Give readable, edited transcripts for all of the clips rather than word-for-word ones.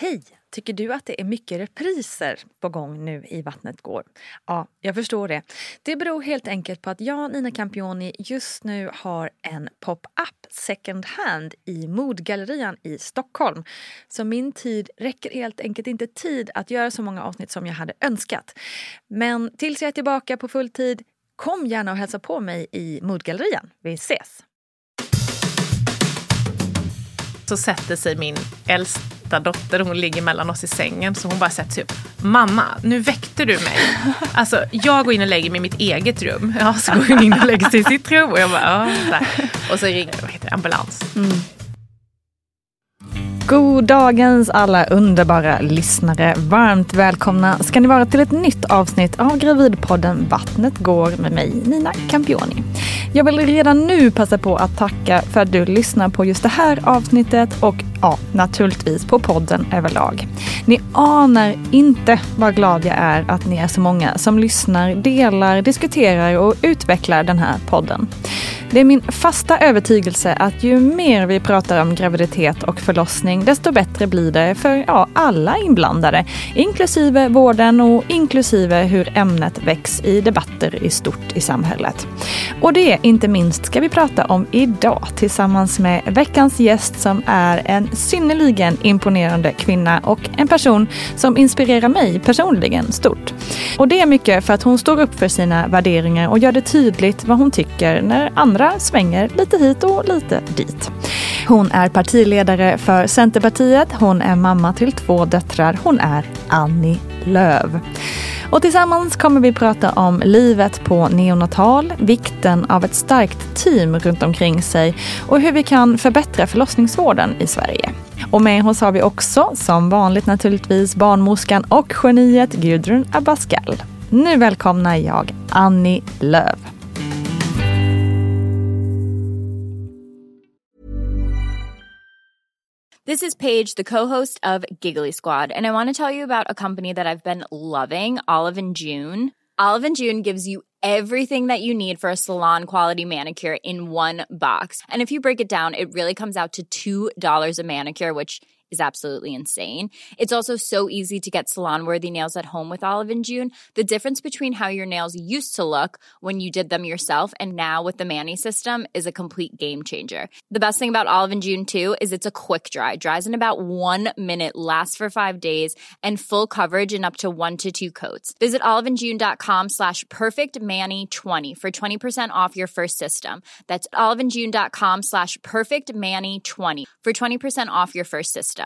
Hej! Tycker du att det är mycket repriser på gång nu i Vattnet går? Ja, jag förstår det. Det beror helt enkelt på att jag, Nina Campioni, just nu har en pop-up second hand i Modgallerian i Stockholm. Så min tid räcker helt enkelt inte tid att göra så många avsnitt som jag hade önskat. Men tills jag är tillbaka på full tid, kom gärna och hälsa på mig i Modgallerian. Vi ses! Så sätter sig min äldsta dotter, hon ligger mellan oss i sängen, så hon bara sätter sig upp. Mamma, nu väckte du mig. Alltså, jag går in och lägger mig i mitt eget rum. Ja, så går hon in och lägger sig i sitt rum och jag bara, där. Och så ringer ambulans. God dagens alla underbara lyssnare. Varmt välkomna ska ni vara till ett nytt avsnitt av Gravidpodden Vattnet går med mig, Nina Campioni. Jag vill redan nu passa på att tacka för att du lyssnar på just det här avsnittet och naturligtvis på podden överlag. Ni anar inte vad glad jag är att ni är så många som lyssnar, delar, diskuterar och utvecklar den här podden. Det är min fasta övertygelse att ju mer vi pratar om graviditet och förlossning, desto bättre blir det för alla inblandade, inklusive vården och inklusive hur ämnet väcks i debatter i stort i samhället. Och det inte minst ska vi prata om idag tillsammans med veckans gäst som är en synnerligen imponerande kvinna och en person som inspirerar mig personligen stort. Och det är mycket för att hon står upp för sina värderingar och gör det tydligt vad hon tycker när andra svänger lite hit och lite dit. Hon är partiledare för Centerpartiet, hon är mamma till 2 döttrar, hon är Annie Lööf. Och tillsammans kommer vi prata om livet på neonatal, vikten av ett starkt team runt omkring sig och hur vi kan förbättra förlossningsvården i Sverige. Och med oss har vi också, som vanligt naturligtvis, barnmorskan och geniet Gudrun Abascal. Nu välkomnar jag Annie Lööf. This is Paige, the co-host of Giggly Squad, and I want to tell you about a company that I've been loving, Olive & June. Olive & June gives you everything that you need for a salon-quality manicure in one box. And if you break it down, it really comes out to $2 a manicure, which is absolutely insane. It's also so easy to get salon-worthy nails at home with Olive & June. The difference between how your nails used to look when you did them yourself and now with the Mani system is a complete game changer. The best thing about Olive & June too is it's a quick dry. Dries in about 1 minute, lasts for 5 days, and full coverage in up to 1 to 2 coats. Visit oliveandjune.com/perfectmani20 for 20% off your first system. That's oliveandjune.com/perfectmani20 for 20% off your first system.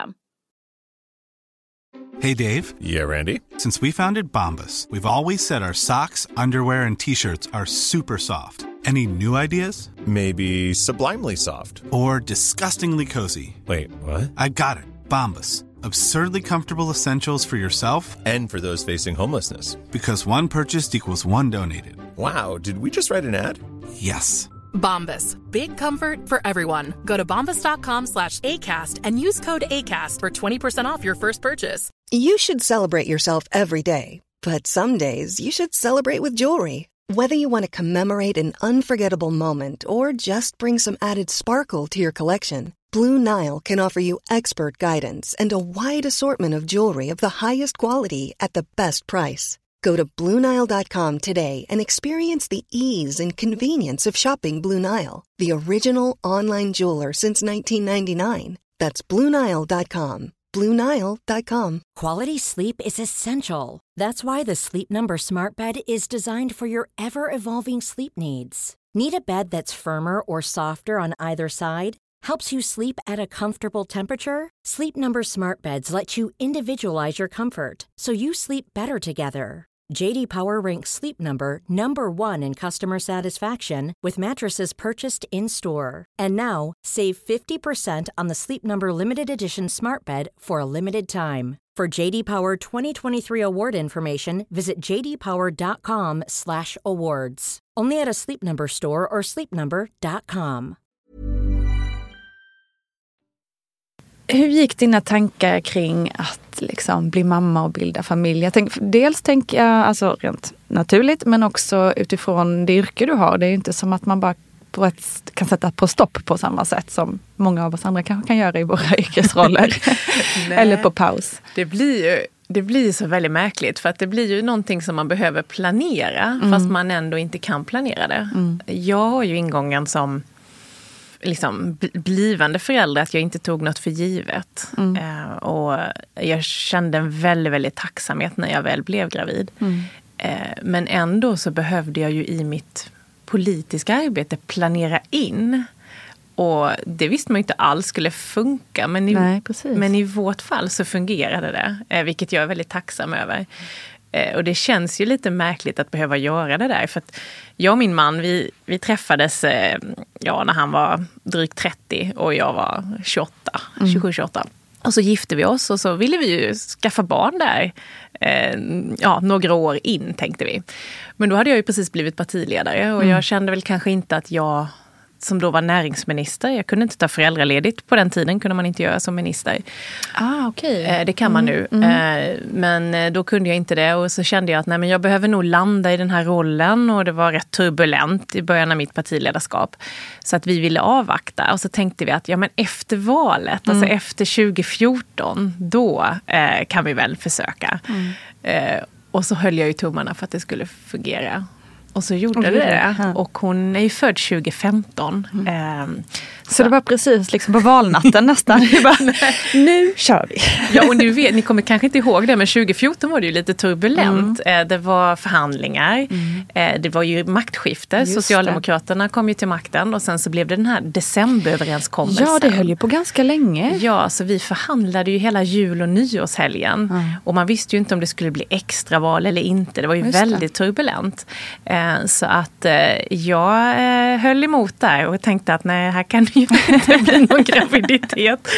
Hey, Dave. Yeah, Randy. Since we founded Bombas, we've always said our socks, underwear, and T-shirts are super soft. Any new ideas? Maybe sublimely soft. Or disgustingly cozy. Wait, what? I got it. Bombas. Absurdly comfortable essentials for yourself and for those facing homelessness. Because one purchased equals one donated. Wow, did we just write an ad? Yes. Bombas. Big comfort for everyone. Go to bombas.com/ACAST and use code ACAST for 20% off your first purchase. You should celebrate yourself every day. But some days you should celebrate with jewelry. Whether you want to commemorate an unforgettable moment or just bring some added sparkle to your collection, Blue Nile can offer you expert guidance and a wide assortment of jewelry of the highest quality at the best price. Go to BlueNile.com today and experience the ease and convenience of shopping Blue Nile, the original online jeweler since 1999. That's BlueNile.com. BlueNile.com. Quality sleep is essential. That's why the Sleep Number Smart Bed is designed for your ever-evolving sleep needs. Need a bed that's firmer or softer on either side? Helps you sleep at a comfortable temperature? Sleep Number Smart Beds let you individualize your comfort, so you sleep better together. J.D. Power ranks Sleep Number #1 in customer satisfaction with mattresses purchased in-store. And now, save 50% on the Sleep Number Limited Edition Smart Bed for a limited time. For J.D. Power 2023 award information, visit jdpower.com/awards. Only at a Sleep Number store or sleepnumber.com. Hur gick dina tankar kring att liksom bli mamma och bilda familj? Dels tänker jag alltså rent naturligt, men också utifrån det yrke du har. Det är ju inte som att man bara kan sätta på stopp på samma sätt som många av oss andra kanske kan göra i våra yrkesroller. Eller på paus. Det blir ju så väldigt märkligt, för att det blir ju någonting som man behöver planera fast man ändå inte kan planera det. Jag har ju ingången som liksom blivande förälder att jag inte tog något för givet. Och jag kände en väldigt, väldigt tacksamhet när jag väl blev gravid. Men ändå så behövde jag ju i mitt politiska arbete planera in. Och det visste man ju inte alls skulle funka. Men i vårt fall så fungerade det. Vilket jag är väldigt tacksam över. Och det känns ju lite märkligt att behöva göra det där. För att jag och min man, vi träffades när han var drygt 30 och jag var 27-28. Och så gifte vi oss och så ville vi ju skaffa barn där. Några år in tänkte vi. Men då hade jag ju precis blivit partiledare och jag kände väl kanske inte att jag, som då var näringsminister, jag kunde inte ta föräldraledigt på den tiden, kunde man inte göra som minister. Okej. Det kan man nu. Men då kunde jag inte det och så kände jag att men jag behöver nog landa i den här rollen och det var rätt turbulent i början av mitt partiledarskap. Så att vi ville avvakta och så tänkte vi att men efter valet, alltså efter 2014, då kan vi väl försöka. Och så höll jag ju tummarna för att det skulle fungera. Och så gjorde det. Och hon är ju född 2015. Så det var precis liksom på valnatten nästan. Nu kör vi. Ja, och ni kommer kanske inte ihåg det, men 2014 var det ju lite turbulent. Det var förhandlingar. Det var ju maktskifte. Socialdemokraterna kom ju till makten och sen så blev det den här decemberöverenskommelsen. Ja, det höll ju på ganska länge. Ja, så vi förhandlade ju hela jul- och nyårshelgen. Och man visste ju inte om det skulle bli extraval eller inte. Det var ju väldigt turbulent. Så att jag höll emot där och tänkte att nej, här kan ju inte bli någon graviditet.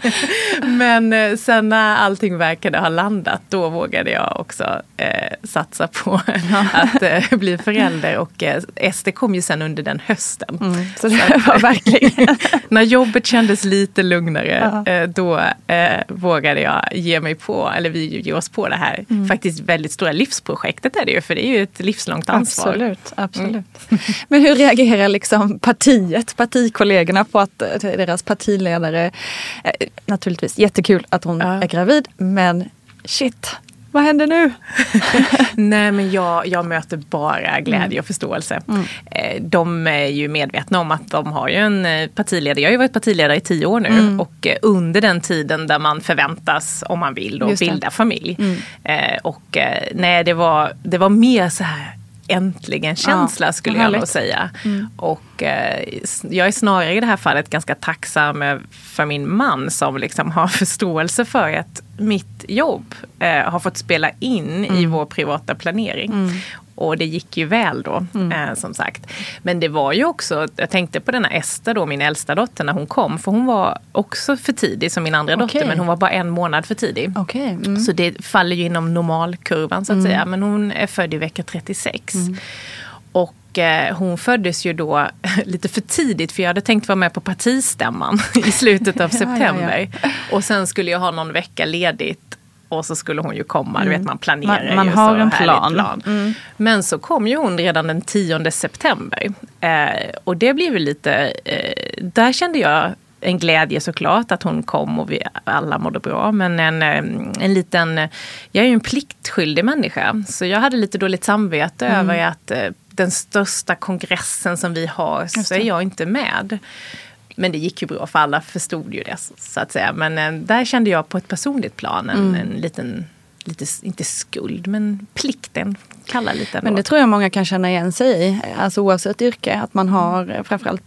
Men sen när allting verkade ha landat, då vågade jag också satsa på att bli förälder. Och SD kom ju sen under den hösten. Så det var verkligen... När jobbet kändes lite lugnare, då vågade jag ge mig på, eller vi ger oss på det här faktiskt väldigt stora livsprojektet är det ju, för det är ju ett livslångt ansvar. Absolut. Men hur reagerar liksom partikollegorna på att deras partiledare, naturligtvis jättekul att hon är gravid, men shit, vad händer nu? Nej, men jag möter bara glädje och förståelse. De är ju medvetna om att de har ju en partiledare. Jag har ju varit partiledare i 10 år nu och under den tiden där man förväntas, om man vill, då, bilda familj. Nej, det var mer så här äntligen känsla skulle jag nog säga. Och jag är snarare i det här fallet ganska tacksam för min man som liksom har förståelse för att mitt jobb har fått spela in i vår privata planering. Och det gick ju väl då, som sagt. Men det var ju också, jag tänkte på denna Ester då, min äldsta dotter, när hon kom. För hon var också för tidig som min andra dotter, men hon var bara 1 månad för tidig. Så det faller ju inom normalkurvan så att säga. Men hon är född i vecka 36. Och hon föddes ju då lite för tidigt, för jag hade tänkt vara med på partistämman i slutet av september. Och sen skulle jag ha någon vecka ledigt. Och så skulle hon ju komma, du vet, man planerar man ju har så en plan. Men så kom ju hon redan den 10 september. Och det blev ju lite, där kände jag en glädje såklart att hon kom och vi alla mådde bra. Men en liten, jag är ju en pliktskyldig människa. Så jag hade lite dåligt samvete över att den största kongressen som vi har så är jag inte med. Men det gick ju bra, för alla förstod ju det så att säga. Men där kände jag på ett personligt plan en liten, inte skuld, men plikten, kalla lite ändå. Men det tror jag många kan känna igen sig i. Alltså oavsett yrke, att man har framförallt,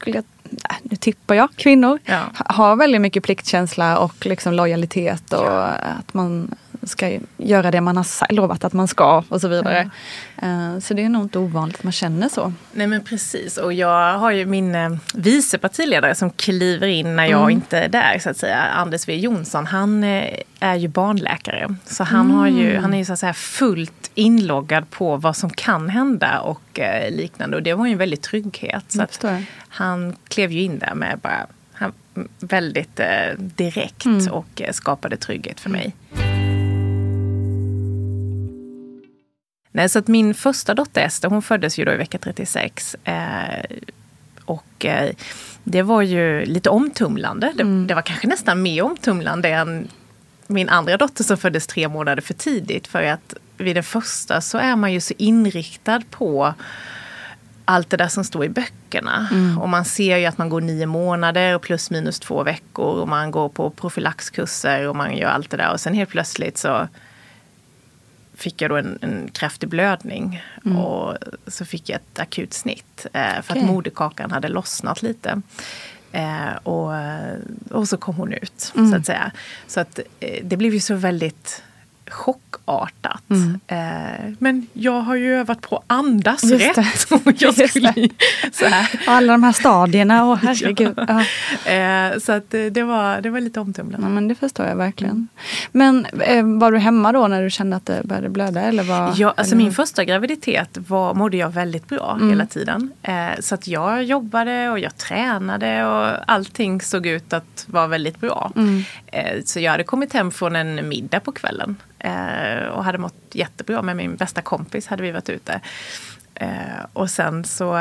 nu tippar jag, kvinnor har väldigt mycket pliktkänsla och liksom lojalitet och att man ska göra det man har lovat att man ska och så vidare. Så det är nog inte ovanligt att man känner så. Nej, men precis. Och jag har ju min vicepartiledare som kliver in när jag inte är där, så att säga. Anders W. Jonsson, han är ju barnläkare. Så han är ju så att säga fullt inloggad på vad som kan hända och liknande. Och det var ju en väldigt trygghet. Så att han klev ju in där med bara väldigt direkt och skapade trygghet för mig. Nej, så att min första dotter Ester, hon föddes ju då i vecka 36. Och det var ju lite omtumlande. Det var kanske nästan mer omtumlande än min andra dotter som föddes 3 månader för tidigt. För att vid den första så är man ju så inriktad på allt det där som står i böckerna. Och man ser ju att man går 9 månader och plus minus 2 veckor. Och man går på profylaxkurser och man gör allt det där. Och sen helt plötsligt så fick jag då en kraftig blödning. Och så fick jag ett akut snitt. För att moderkakan hade lossnat lite. Och så kom hon ut, så att säga. Så att det blev ju så väldigt chockartat. Men jag har ju övat på andas Just rätt. Jag skulle, så här. Alla de här stadierna, herregud. Ja. Så att det var lite omtumlande. Ja, men det förstår jag verkligen. Men var du hemma då när du kände att det började blöda? Eller var, ja, alltså eller? Min första graviditet mådde jag väldigt bra hela tiden. Så att jag jobbade och jag tränade och allting såg ut att vara väldigt bra. Så jag hade kommit hem från en middag på kvällen. Och hade mått jättebra med min bästa kompis hade vi varit ute. Och sen så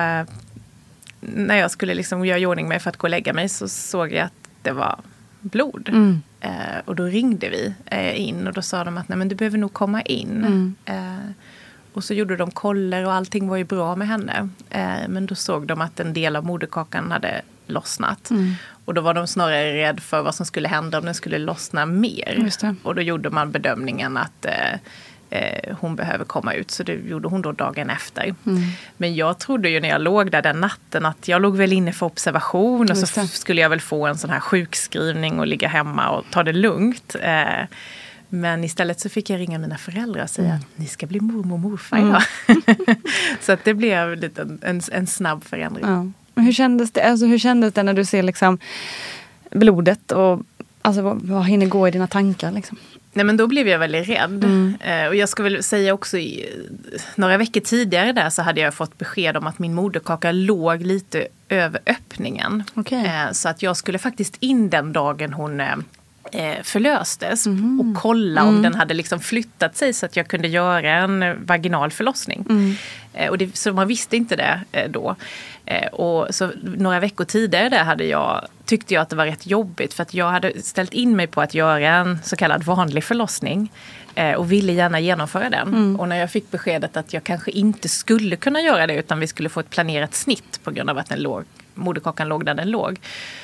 när jag skulle liksom göra i ordning mig för att gå och lägga mig så såg jag att det var blod. Och då ringde vi in och då sa de att nej, men du behöver nog komma in. Och så gjorde de koller och allting var ju bra med henne. Men då såg de att en del av moderkakan hade lossnat. Och då var de snarare rädd för vad som skulle hända om den skulle lossna mer. Just det. Och då gjorde man bedömningen att hon behöver komma ut. Så det gjorde hon då dagen efter. Men jag trodde ju när jag låg där den natten att jag låg väl inne för observation. Och så skulle jag väl få en sån här sjukskrivning och ligga hemma och ta det lugnt. Men istället så fick jag ringa mina föräldrar och säga att ni ska bli mormor och morfar idag. Så att det blev lite en snabb förändring. Ja. Hur kändes det? Alltså, hur kändes det när du ser liksom blodet och alltså, vad hinner gå i dina tankar liksom? Nej, men då blev jag väldigt rädd. Och jag ska väl säga också några veckor tidigare där så hade jag fått besked om att min moderkaka låg lite över öppningen. Okay. Så att jag skulle faktiskt in den dagen hon förlöstes och kolla om den hade liksom flyttat sig så att jag kunde göra en vaginal förlossning. Och så man visste inte det då. Och så några veckor tidigare där tyckte jag att det var rätt jobbigt för att jag hade ställt in mig på att göra en så kallad vanlig förlossning och ville gärna genomföra den. Och när jag fick beskedet att jag kanske inte skulle kunna göra det utan vi skulle få ett planerat snitt på grund av att moderkakan låg där den låg.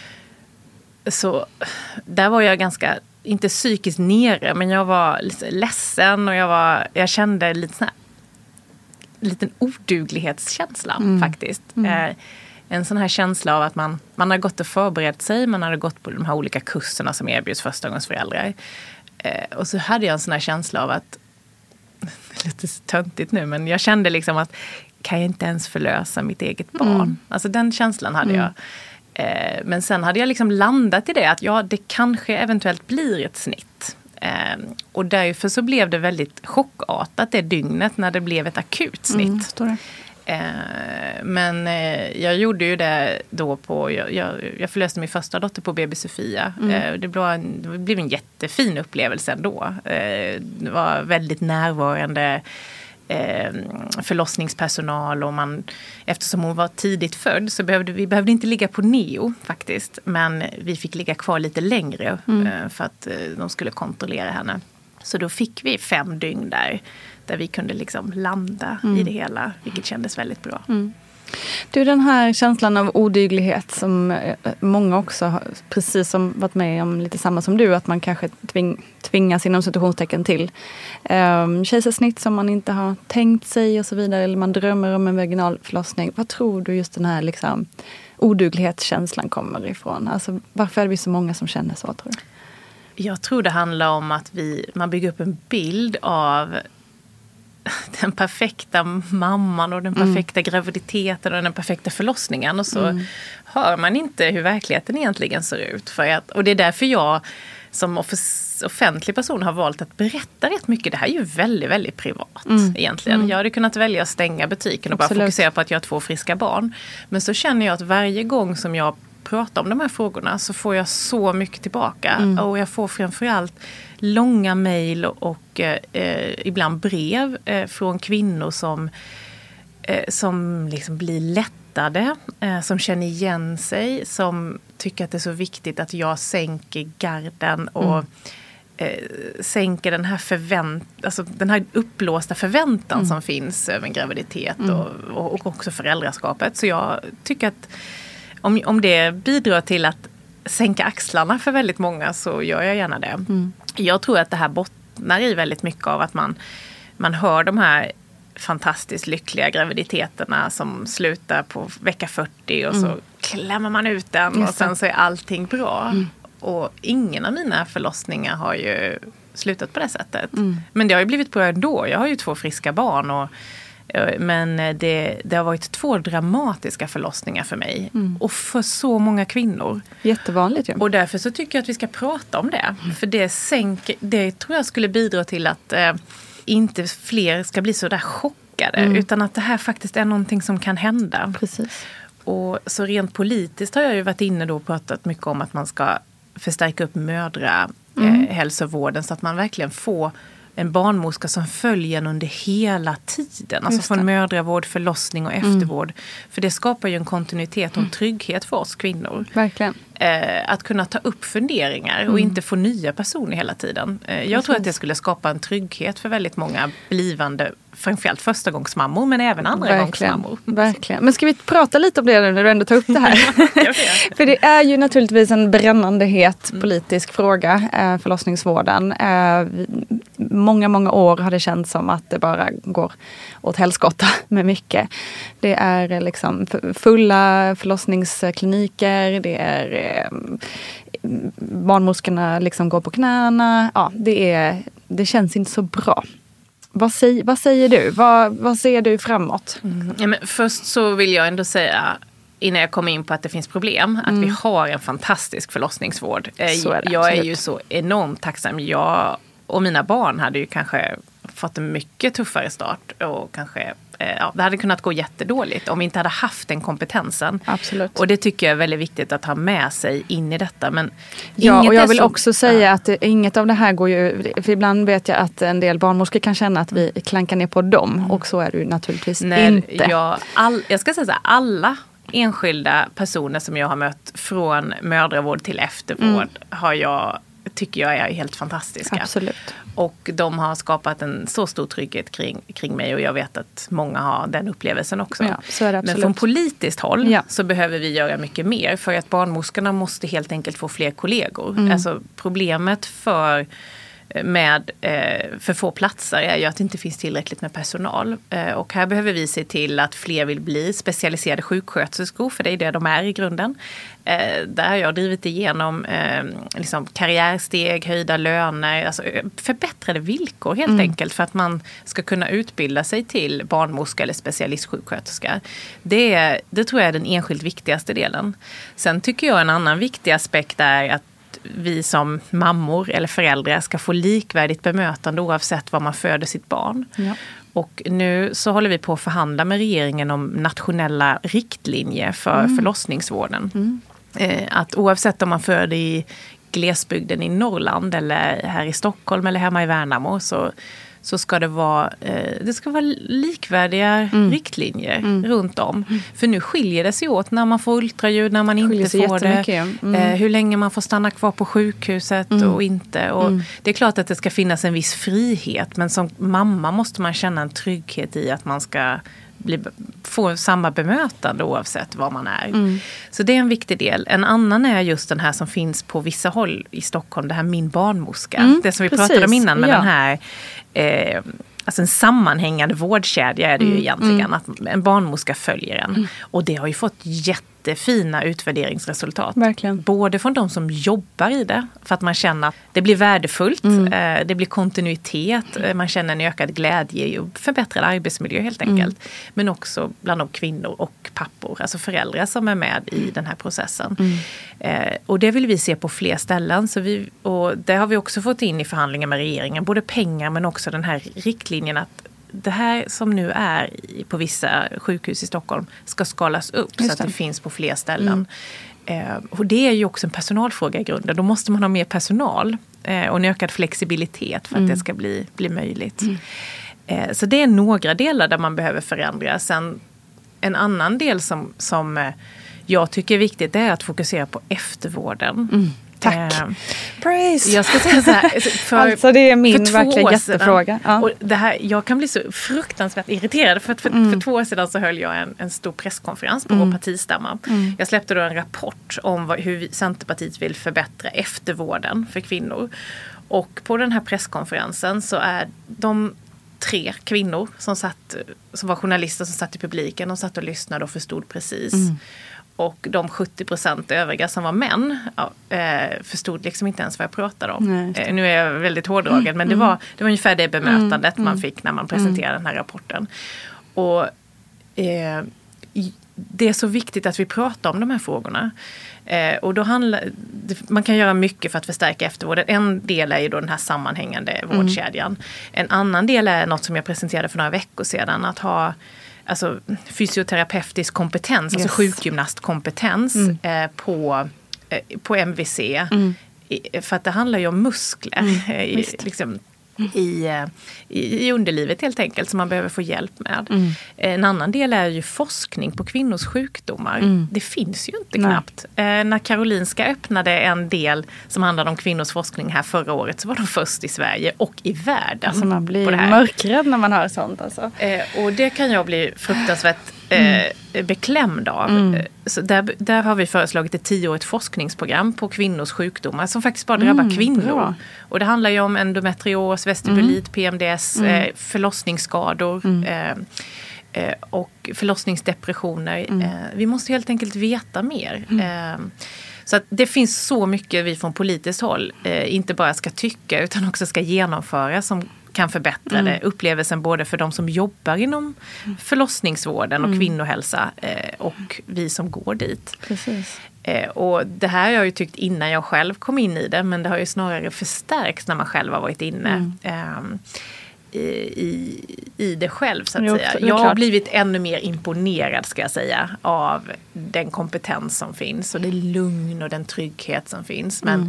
Så där var jag ganska, inte psykiskt nere, men jag var lite ledsen och jag kände lite sån här liten oduglighetskänsla faktiskt. En sån här känsla av att man har gått och förberett sig, man hade gått på de här olika kurserna som erbjuds förstagångsföräldrar. Och så hade jag en sån här känsla av att, lite töntigt nu, men jag kände liksom att kan jag inte ens förlösa mitt eget barn? Alltså den känslan hade jag. Men sen hade jag liksom landat i det att det kanske eventuellt blir ett snitt. Och därför så blev det väldigt chockartat det dygnet när det blev ett akut snitt. Men jag gjorde ju det då jag förlöste min första dotter på BB Sofia. Det blev en jättefin upplevelse ändå. Det var väldigt närvarande förlossningspersonal och eftersom hon var tidigt född så behövde inte ligga på neo faktiskt, men vi fick ligga kvar lite längre för att de skulle kontrollera henne. Så då fick vi 5 dygn där vi kunde liksom landa i det hela, vilket kändes väldigt bra. Du, den här känslan av odyglighet som många också har, precis som varit med om lite samma som du, att man kanske tvingas inom situationstecken till kejsarsnitt som man inte har tänkt sig och så vidare, eller man drömmer om en vaginal förlossning. Vad tror du just den här liksom oduglighetskänslan kommer ifrån? Alltså, varför är vi så många som känner så, tror du? Jag tror det handlar om att man bygger upp en bild av den perfekta mamman och den perfekta graviditeten och den perfekta förlossningen. Och så hör man inte hur verkligheten egentligen ser ut. Och det är därför jag som offentlig person har valt att berätta rätt mycket. Det här är ju väldigt, väldigt privat egentligen. Jag hade kunnat välja att stänga butiken och bara fokusera på att jag har 2 friska barn. Men så känner jag att varje gång som jag pratar om de här frågorna så får jag så mycket tillbaka. Och jag får framförallt långa mejl och ibland brev från kvinnor som liksom blir lättade stöttade, som känner igen sig, som tycker att det är så viktigt att jag sänker garden och sänker den här den här uppblåsta förväntan som finns över en graviditet och också föräldraskapet. Så jag tycker att om det bidrar till att sänka axlarna för väldigt många, så gör jag gärna det. Jag tror att det här bottnar i väldigt mycket av att man hör de här fantastiskt lyckliga graviditeterna som slutar på vecka 40 och så klämmer man ut den och sen så är allting bra. Och ingen av mina förlossningar har ju slutat på det sättet. Men det har ju blivit bra ändå. Jag har ju 2 friska barn men det har varit 2 dramatiska förlossningar för mig. Och för så många kvinnor. Jättevanligt ju. Och därför så tycker jag att vi ska prata om det. För det tror jag skulle bidra till att inte fler ska bli så där chockade. Utan att det här faktiskt är någonting som kan hända. Precis. Och så rent politiskt har jag ju varit inne då och pratat mycket om att man ska förstärka upp mödrahälsovården så att man verkligen får en barnmorska som följer en under hela tiden. Alltså från mödravård, förlossning och eftervård. För det skapar ju en kontinuitet och en trygghet för oss kvinnor. Verkligen. Att kunna ta upp funderingar och inte få nya personer hela tiden. Jag tror att det skulle skapa en trygghet för väldigt många blivande, framförallt förstagångsmammor, men även andragångsmammor. Verkligen. Men ska vi prata lite om det när du ändå tar upp det här? För det är ju naturligtvis en brännande het politisk fråga, förlossningsvården. Många år har det känts som att det bara går åt helskotta med mycket. Det är liksom fulla förlossningskliniker, det är barnmorskorna liksom går på knäna. Ja, det känns inte så bra. Vad säger du? Vad ser du framåt? Ja, men först så vill jag ändå säga, innan jag kommer in på att det finns problem, att vi har en fantastisk förlossningsvård. Jag är ju så enormt tacksam. Jag och mina barn hade ju kanske fått en mycket tuffare start och kanske det hade kunnat gå jättedåligt om vi inte hade haft den kompetensen. Absolut. Och det tycker jag är väldigt viktigt att ha med sig in i detta. Men och jag vill också säga att inget av det här går ju, för ibland vet jag att en del barnmorskor kan känna att vi klankar ner på dem och så är det ju naturligtvis inte. Jag ska säga så här, alla enskilda personer som jag har mött från mödravård till eftervård tycker jag är helt fantastiska. Absolut. Och de har skapat en så stor trygghet kring mig och jag vet att många har den upplevelsen också. Ja, så är det absolut. Men från politiskt håll så behöver vi göra mycket mer för att barnmorskorna måste helt enkelt få fler kollegor. Alltså problemet för få platser är ju att det inte finns tillräckligt med personal. Och här behöver vi se till att fler vill bli specialiserade sjuksköterskor, för det är det de är i grunden. Där har jag drivit igenom liksom karriärsteg, höjda löner, alltså förbättrade villkor helt enkelt för att man ska kunna utbilda sig till barnmorska eller specialistsjuksköterska. Det tror jag är den enskilt viktigaste delen. Sen tycker jag en annan viktig aspekt är att vi som mammor eller föräldrar ska få likvärdigt bemötande oavsett var man föder sitt barn. Ja. Och nu så håller vi på att förhandla med regeringen om nationella riktlinjer för förlossningsvården. Att oavsett om man föder i glesbygden i Norrland eller här i Stockholm eller hemma i Värnamo så ska det vara likvärdiga riktlinjer runt om. För nu skiljer det sig åt när man får ultraljud, när man inte får det. Hur länge man får stanna kvar på sjukhuset och inte. Och det är klart att det ska finnas en viss frihet, men som mamma måste man känna en trygghet i att man ska få samma bemötande oavsett var man är. Så det är en viktig del. En annan är just den här som finns på vissa håll i Stockholm, det här Min barnmorska. Det som vi pratade om innan med den här alltså en sammanhängande vårdkedja är det ju egentligen att en barnmorska följer en. Och det har ju fått jättefina utvärderingsresultat. Verkligen. Både från de som jobbar i det, för att man känner att det blir värdefullt, det blir kontinuitet, man känner en ökad glädje och förbättrad arbetsmiljö helt enkelt. Men också bland de kvinnor och pappor, alltså föräldrar som är med i den här processen. Och det vill vi se på fler ställen. Och det har vi också fått in i förhandlingar med regeringen, både pengar men också den här riktlinjen att det här som nu är på vissa sjukhus i Stockholm ska skalas upp så att det finns på fler ställen. Och det är ju också en personalfråga i grunden. Då måste man ha mer personal och en ökad flexibilitet för att det ska bli möjligt. Så det är några delar där man behöver förändra. Sen En annan del som jag tycker är viktigt, det är att fokusera på eftervården. Tack. Praise. Jag ska säga så här, alltså det är min verkligen jättefråga. Ja. Och det här, jag kan bli så fruktansvärt irriterad för 2 år sedan så höll jag en stor presskonferens på vår partistämma. Jag släppte då en rapport om hur Centerpartiet vill förbättra eftervården för kvinnor. Och på den här presskonferensen så är de 3 kvinnor som var journalister som satt i publiken. De satt och lyssnade och förstod precis. Och de 70% övriga som var män förstod liksom inte ens vad jag pratade om. Nu är jag väldigt hårdragen, men det var ungefär det bemötandet man fick när man presenterade den här rapporten. Och det är så viktigt att vi pratar om de här frågorna. Och då man kan göra mycket för att förstärka eftervården. En del är ju då den här sammanhängande vårdkedjan. En annan del är något som jag presenterade för några veckor sedan, att ha fysioterapeutisk kompetens, alltså sjukgymnastkompetens på MVC. För att det handlar ju om muskler i underlivet helt enkelt, som man behöver få hjälp med. En annan del är ju forskning på kvinnors sjukdomar. Det finns ju inte knappt. När Karolinska öppnade en del som handlade om kvinnors forskning här förra året, så var de först i Sverige och i världen. Alltså man blir mörkrädd när man hör sånt. Alltså. Och det kan jag bli fruktansvärt beklämd av. Så där har vi föreslagit ett 10-årigt forskningsprogram på kvinnors sjukdomar som faktiskt bara drabbar kvinnor. Bra. Och det handlar ju om endometrios, vestibulit, PMDS, förlossningsskador och förlossningsdepressioner. Vi måste helt enkelt veta mer. Så att det finns så mycket vi från politiskt håll inte bara ska tycka utan också ska genomföra som kan förbättra det. Upplevelsen både för de som jobbar inom förlossningsvården och kvinnohälsa och vi som går dit. Precis. Och det här har jag ju tyckt innan jag själv kom in i det, men det har ju snarare förstärkts när man själv har varit inne i det själv så att säga. Jag har blivit ännu mer imponerad ska jag säga av den kompetens som finns och det lugn och den trygghet som finns. Men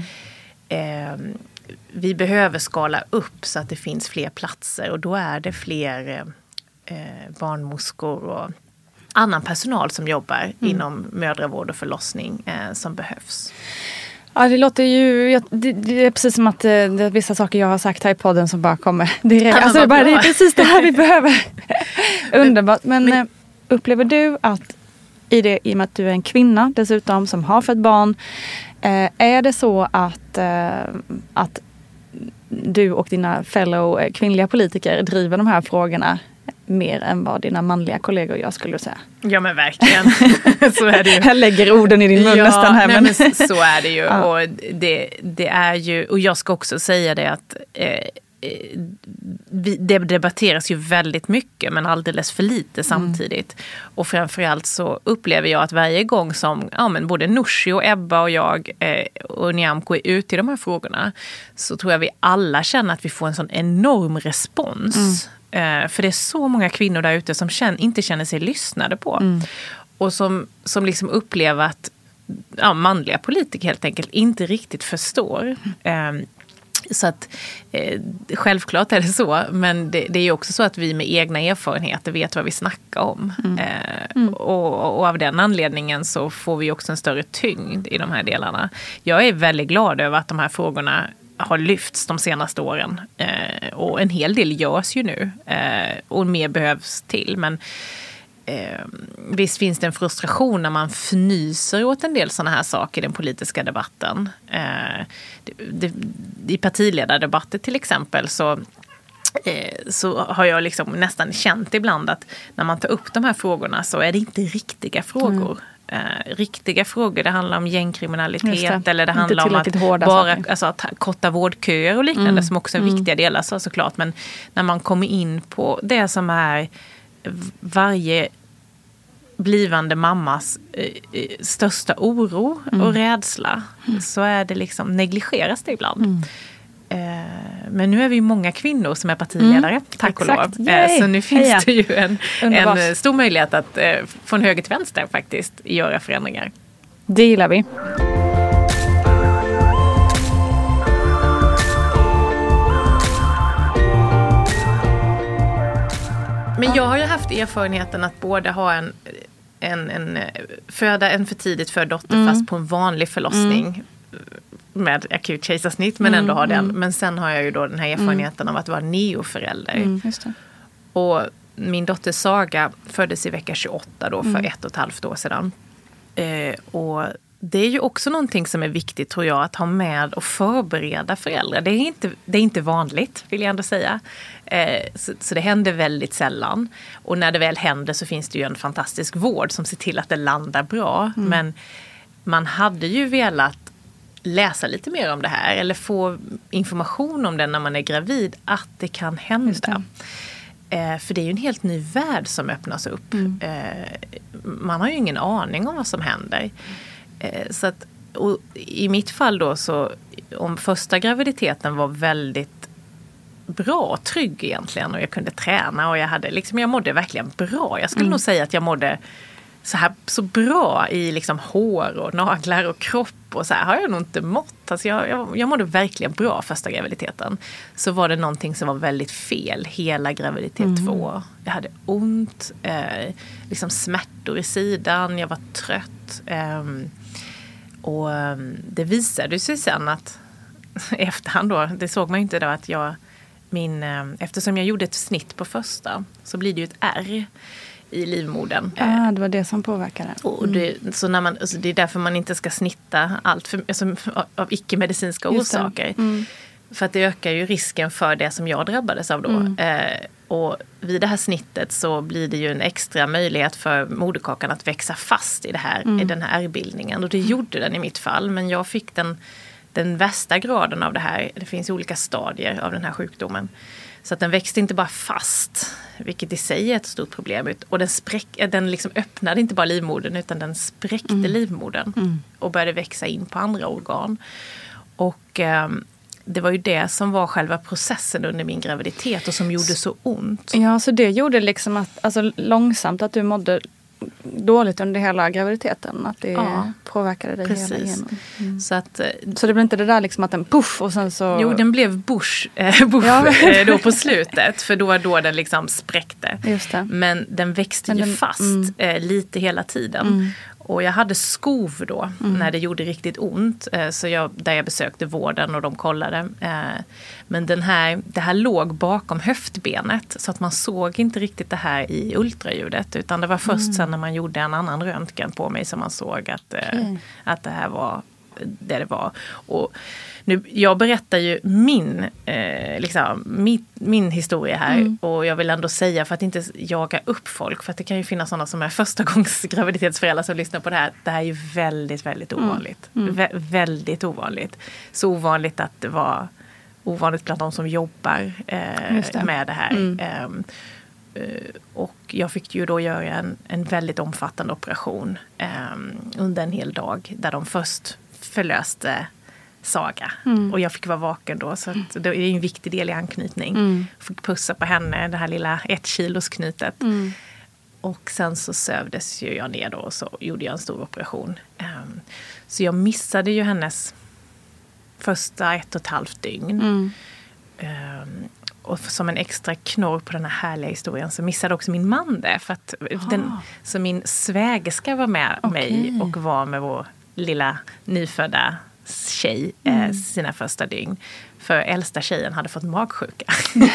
vi behöver skala upp så att det finns fler platser och då är det fler barnmorskor och annan personal som jobbar inom mödravård och förlossning som behövs. Ja, det låter ju, det är precis som att det är vissa saker jag har sagt här i podden som bara kommer direkt. Alltså det är precis det här vi behöver. Underbart. Men upplever du att i och med att du är en kvinna dessutom som har fött barn, är det så att du och dina fellow kvinnliga politiker driver de här frågorna mer än vad dina manliga kollegor jag skulle säga? Ja men verkligen. Så är det ju. Jag lägger orden i din mun nästan här. Men så är det ju. Ja. Och det är ju, och jag ska också säga det att det debatteras ju väldigt mycket men alldeles för lite samtidigt. Och framförallt så upplever jag att varje gång som både Nooshi och Ebba och jag och Nyamko är ute i de här frågorna så tror jag vi alla känner att vi får en sån enorm respons. För det är så många kvinnor där ute som inte känner sig lyssnade på. Och som liksom upplever att manliga politiker helt enkelt inte riktigt förstår. Så att självklart är det så, men det är ju också så att vi med egna erfarenheter vet vad vi snackar om. Och av den anledningen så får vi också en större tyngd i de här delarna. Jag är väldigt glad över att de här frågorna har lyfts de senaste åren. Och en hel del görs ju nu. Och mer behövs till. Men visst finns det en frustration när man fnyser åt en del sådana här saker i den politiska debatten. I partiledardebatter till exempel så har jag liksom nästan känt ibland att när man tar upp de här frågorna så är det inte riktiga frågor. Riktiga frågor, det handlar om gängkriminalitet eller det handlar om att korta vårdköer och liknande som också är viktiga delar såklart, men när man kommer in på det som är varje blivande mammas största oro och rädsla så är det liksom, negligeras det ibland. Men nu är vi ju många kvinnor som är partiledare, tack och lov. Så nu finns det ju en stor möjlighet att från höger till vänster faktiskt göra förändringar. Det gillar vi. Men jag har ju haft erfarenheten att både ha en föda en för tidigt född dotter fast på en vanlig förlossning med akut kejsarsnitt, men ändå ha den. Men sen har jag ju då den här erfarenheten av att vara neoförälder. Just det. Och min dotter Saga föddes i vecka 28 då för 1,5 år sedan. Och det är ju också någonting som är viktigt, tror jag, att ha med och förbereda föräldrar. Det är inte vanligt, vill jag ändå säga. Så det händer väldigt sällan. Och när det väl händer så finns det ju en fantastisk vård som ser till att det landar bra. Men man hade ju velat läsa lite mer om det här eller få information om det när man är gravid, att det kan hända. För det är ju en helt ny värld som öppnas upp. Man har ju ingen aning om vad som händer. Så att, och i mitt fall då, så om första graviditeten var väldigt bra och trygg egentligen, och jag kunde träna och jag mådde verkligen bra. Jag skulle nog säga att jag mådde så bra i liksom hår och naglar och kropp, och så här har jag nog inte mått. Alltså jag mådde verkligen bra första graviditeten. Så var det någonting som var väldigt fel hela graviditet 2. Jag hade ont, liksom smärtor i sidan, jag var trött. Och det visade sig sen att efterhand då, det såg man ju inte då, att eftersom jag gjorde ett snitt på första, så blir det ju ett ärr i livmodern. Det var det som påverkade. Och så när man, alltså det är därför man inte ska snitta allt av icke-medicinska orsaker. För att det ökar ju risken för det som jag drabbades av då. Och vid det här snittet så blir det ju en extra möjlighet för moderkakan att växa fast i den här ärrbildningen. Och det gjorde den i mitt fall. Men jag fick den värsta graden av det här. Det finns olika stadier av den här sjukdomen. Så att den växte inte bara fast, vilket i sig är ett stort problem. Och den liksom öppnade inte bara livmodern, utan den spräckte livmodern. Och började växa in på andra organ. Och det var ju det som var själva processen under min graviditet och som gjorde så ont. Ja, så det gjorde liksom att, långsamt att du mådde dåligt under hela graviditeten. Att det påverkade dig hela igenom. Så det blev inte det där liksom att den puff och sen så... Jo, den blev bush då på slutet. För då den liksom spräckte. Just det. Men den växte ju fast lite hela tiden. Och jag hade skov då när det gjorde riktigt ont. Där jag besökte vården och de kollade. Men det här låg bakom höftbenet. Så att man såg inte riktigt det här i ultraljudet. Utan det var först sen när man gjorde en annan röntgen på mig som man såg att det här var det var. Och nu, jag berättar ju min historia här. Och jag vill ändå säga, för att inte jaga upp folk, för att det kan ju finnas sådana som är första gångs graviditetsföräldrar som lyssnar på det här. Det här är ju väldigt, väldigt ovanligt. Väldigt ovanligt. Så ovanligt att det var ovanligt bland de som jobbar med det här. Och jag fick ju då göra en väldigt omfattande operation under en hel dag, där de först förlöste Saga. Och jag fick vara vaken då, så att det är en viktig del i anknytning. Fick pussa på henne, det här lilla 1 kilos knytet. Och sen så sövdes ju jag ner då, och så gjorde jag en stor operation. Så jag missade ju hennes första 1,5 dygn. Och som en extra knorr på den här härliga historien så missade också min man det. För att så min svägerska var med mig och var med vår lilla nyfödda tjej sina första dygn. För äldsta tjejen hade fått magsjuka.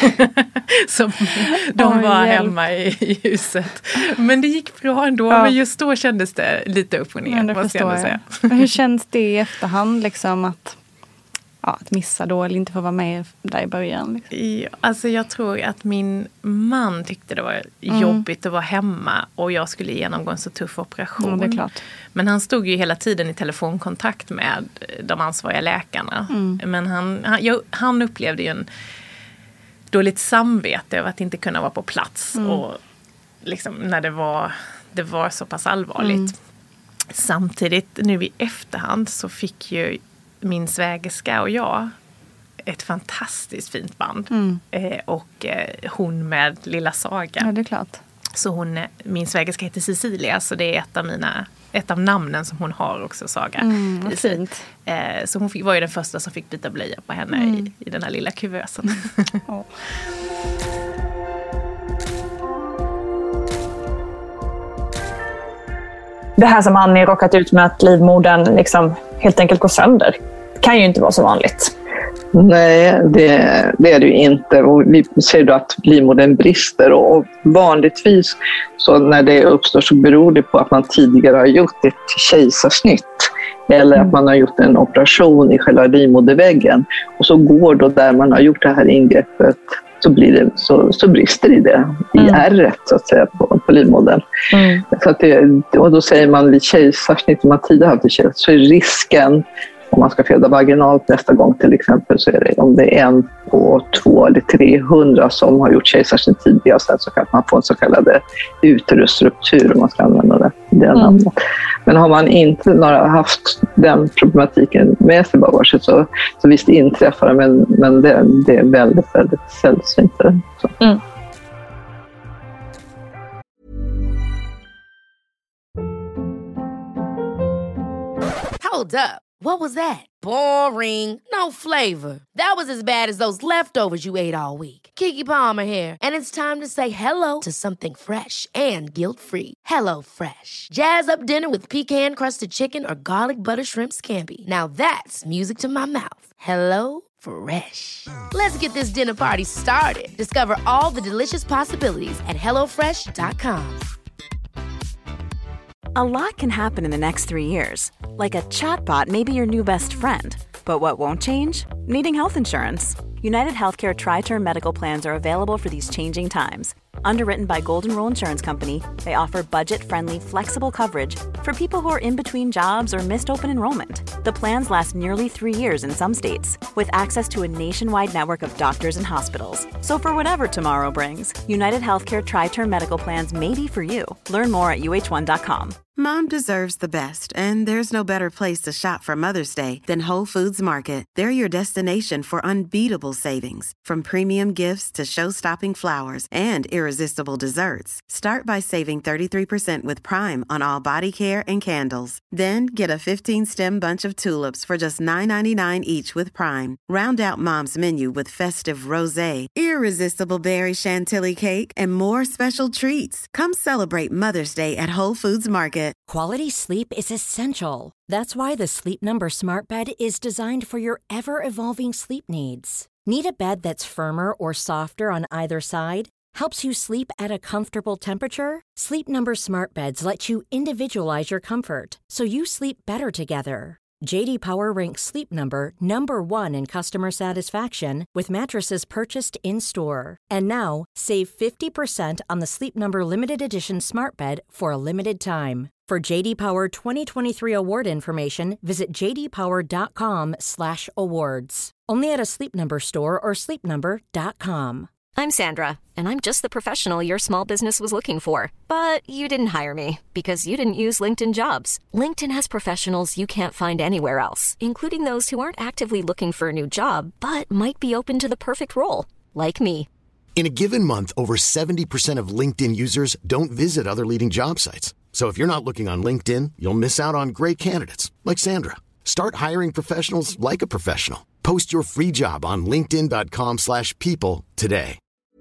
Så de var hemma i huset. Men det gick bra ändå. Men just då kändes det lite upp och ner. Måste jag säga. Men hur känns det i efterhand liksom att missa då eller inte få vara med där i början? Liksom? Alltså jag tror att min man tyckte det var jobbigt att vara hemma och jag skulle genomgå en så tuff operation. Det är klart. Men han stod ju hela tiden i telefonkontakt med de ansvariga läkarna. Men han upplevde ju en dåligt samvete över att inte kunna vara på plats och liksom när det var så pass allvarligt. Samtidigt nu i efterhand så fick ju min svägerska och jag ett fantastiskt fint band. Och hon med lilla Saga. Ja, det är klart. Så min svägerska heter Cecilia, så det är ett av namnen som hon har också, Saga. Vad fint. Så hon var ju den första som fick byta blöja på henne i den här lilla kuvösen. det här som Annie råkat ut med, att livmodern liksom helt enkelt går sönder, kan ju inte vara så vanligt. Nej, det är det ju inte. Och vi ser då att livmodern brister, och vanligtvis så när det uppstår så beror det på att man tidigare har gjort ett kejsarsnitt eller att man har gjort en operation i själva livmoderväggen, och så går då där man har gjort det här ingreppet så blir det så brister i det i ärret så att säga på livmodern. Så att och då säger man vid kejsarsnitt, om man tidigare har haft kejsarsnitt, så är risken om man ska föda vaginalt nästa gång till exempel, så är det om det är 1 på 2 eller 300 som har gjort kejsarsnitt tidigare, så kan man få en så kallad uterusruptur, om man ska använda det namnet. Men har man inte haft den problematiken med sig bara så visst inträffar det, men det är väldigt, väldigt sällsynt. Hold up. What was that? Boring. No flavor. That was as bad as those leftovers you ate all week. Keke Palmer here, and it's time to say hello to something fresh and guilt-free. Hello Fresh. Jazz up dinner with pecan-crusted chicken or garlic butter shrimp scampi. Now that's music to my mouth. Hello Fresh. Let's get this dinner party started. Discover all the delicious possibilities at hellofresh.com. A lot can happen in the next 3 years. Like a chatbot may be your new best friend. But what won't change? Needing health insurance. United Healthcare Tri-Term Medical Plans are available for these changing times. Underwritten by Golden Rule Insurance Company, they offer budget-friendly, flexible coverage for people who are in between jobs or missed open enrollment. The plans last nearly 3 years in some states, with access to a nationwide network of doctors and hospitals. So for whatever tomorrow brings, United Healthcare Tri-Term Medical Plans may be for you. Learn more at uh1.com. Mom deserves the best, and there's no better place to shop for Mother's Day than Whole Foods Market. They're your destination for unbeatable savings, from premium gifts to show-stopping flowers and irresistible desserts. Start by saving 33% with Prime on all body care and candles. Then get a 15-stem bunch of tulips for just $9.99 each with Prime. Round out Mom's menu with festive rosé, irresistible berry chantilly cake, and more special treats. Come celebrate Mother's Day at Whole Foods Market. Quality sleep is essential. That's why the Sleep Number Smart Bed is designed for your ever-evolving sleep needs. Need a bed that's firmer or softer on either side? Helps you sleep at a comfortable temperature? Sleep Number Smart Beds let you individualize your comfort, so you sleep better together. J.D. Power ranks Sleep Number #1 in customer satisfaction with mattresses purchased in-store. And now, save 50% on the Sleep Number Limited Edition Smart Bed for a limited time. For J.D. Power 2023 award information, visit jdpower.com/awards. Only at a Sleep Number store or sleepnumber.com. I'm Sandra, and I'm just the professional your small business was looking for. But you didn't hire me because you didn't use LinkedIn Jobs. LinkedIn has professionals you can't find anywhere else, including those who aren't actively looking for a new job, but might be open to the perfect role, like me. In a given month, over 70% of LinkedIn users don't visit other leading job sites. So if you're not looking on LinkedIn, you'll miss out on great candidates, like Sandra. Start hiring professionals like a professional. Post your free job on linkedin.com/people today.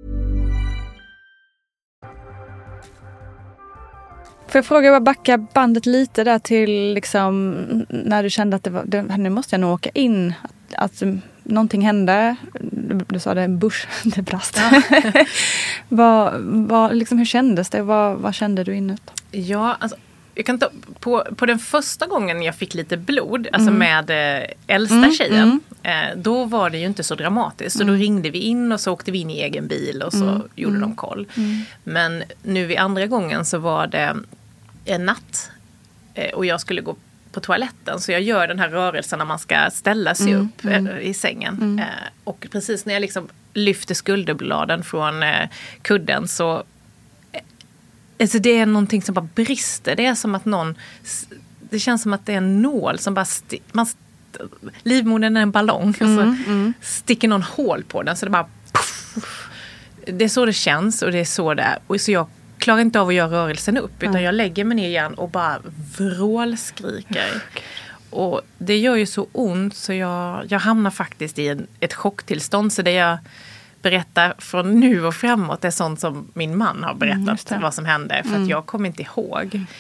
Får jag fråga, backa bandet lite där till liksom, när du kände att nu måste jag nog åka in, att någonting hände. Du sa det, en bush, det brast. Ja. Liksom, hur kändes det? Vad kände du inåt? Ja, alltså, jag kan ta, på den första gången jag fick lite blod, alltså med äldsta tjejen, då var det ju inte så dramatiskt. Så då ringde vi in och så åkte vi in i egen bil och så gjorde de koll. Men nu vid andra gången så var det en natt och jag skulle gå på toaletten, så jag gör den här rörelsen när man ska ställa sig upp i sängen. Och precis när jag liksom lyfter skulderbladen från kudden så alltså det är någonting som bara brister. Det är som att det känns som att det är en nål som bara livmodern är en ballong och så sticker någon hål på den så det bara puff. Det är så det känns och det är så det är. Och så jag klarar inte av att göra rörelsen upp utan jag lägger mig ner igen och bara vrålskriker. Och det gör ju så ont så jag hamnar faktiskt i ett chocktillstånd, så det jag berättar från nu och framåt är sånt som min man har berättat vad som hände, för att jag kommer inte ihåg.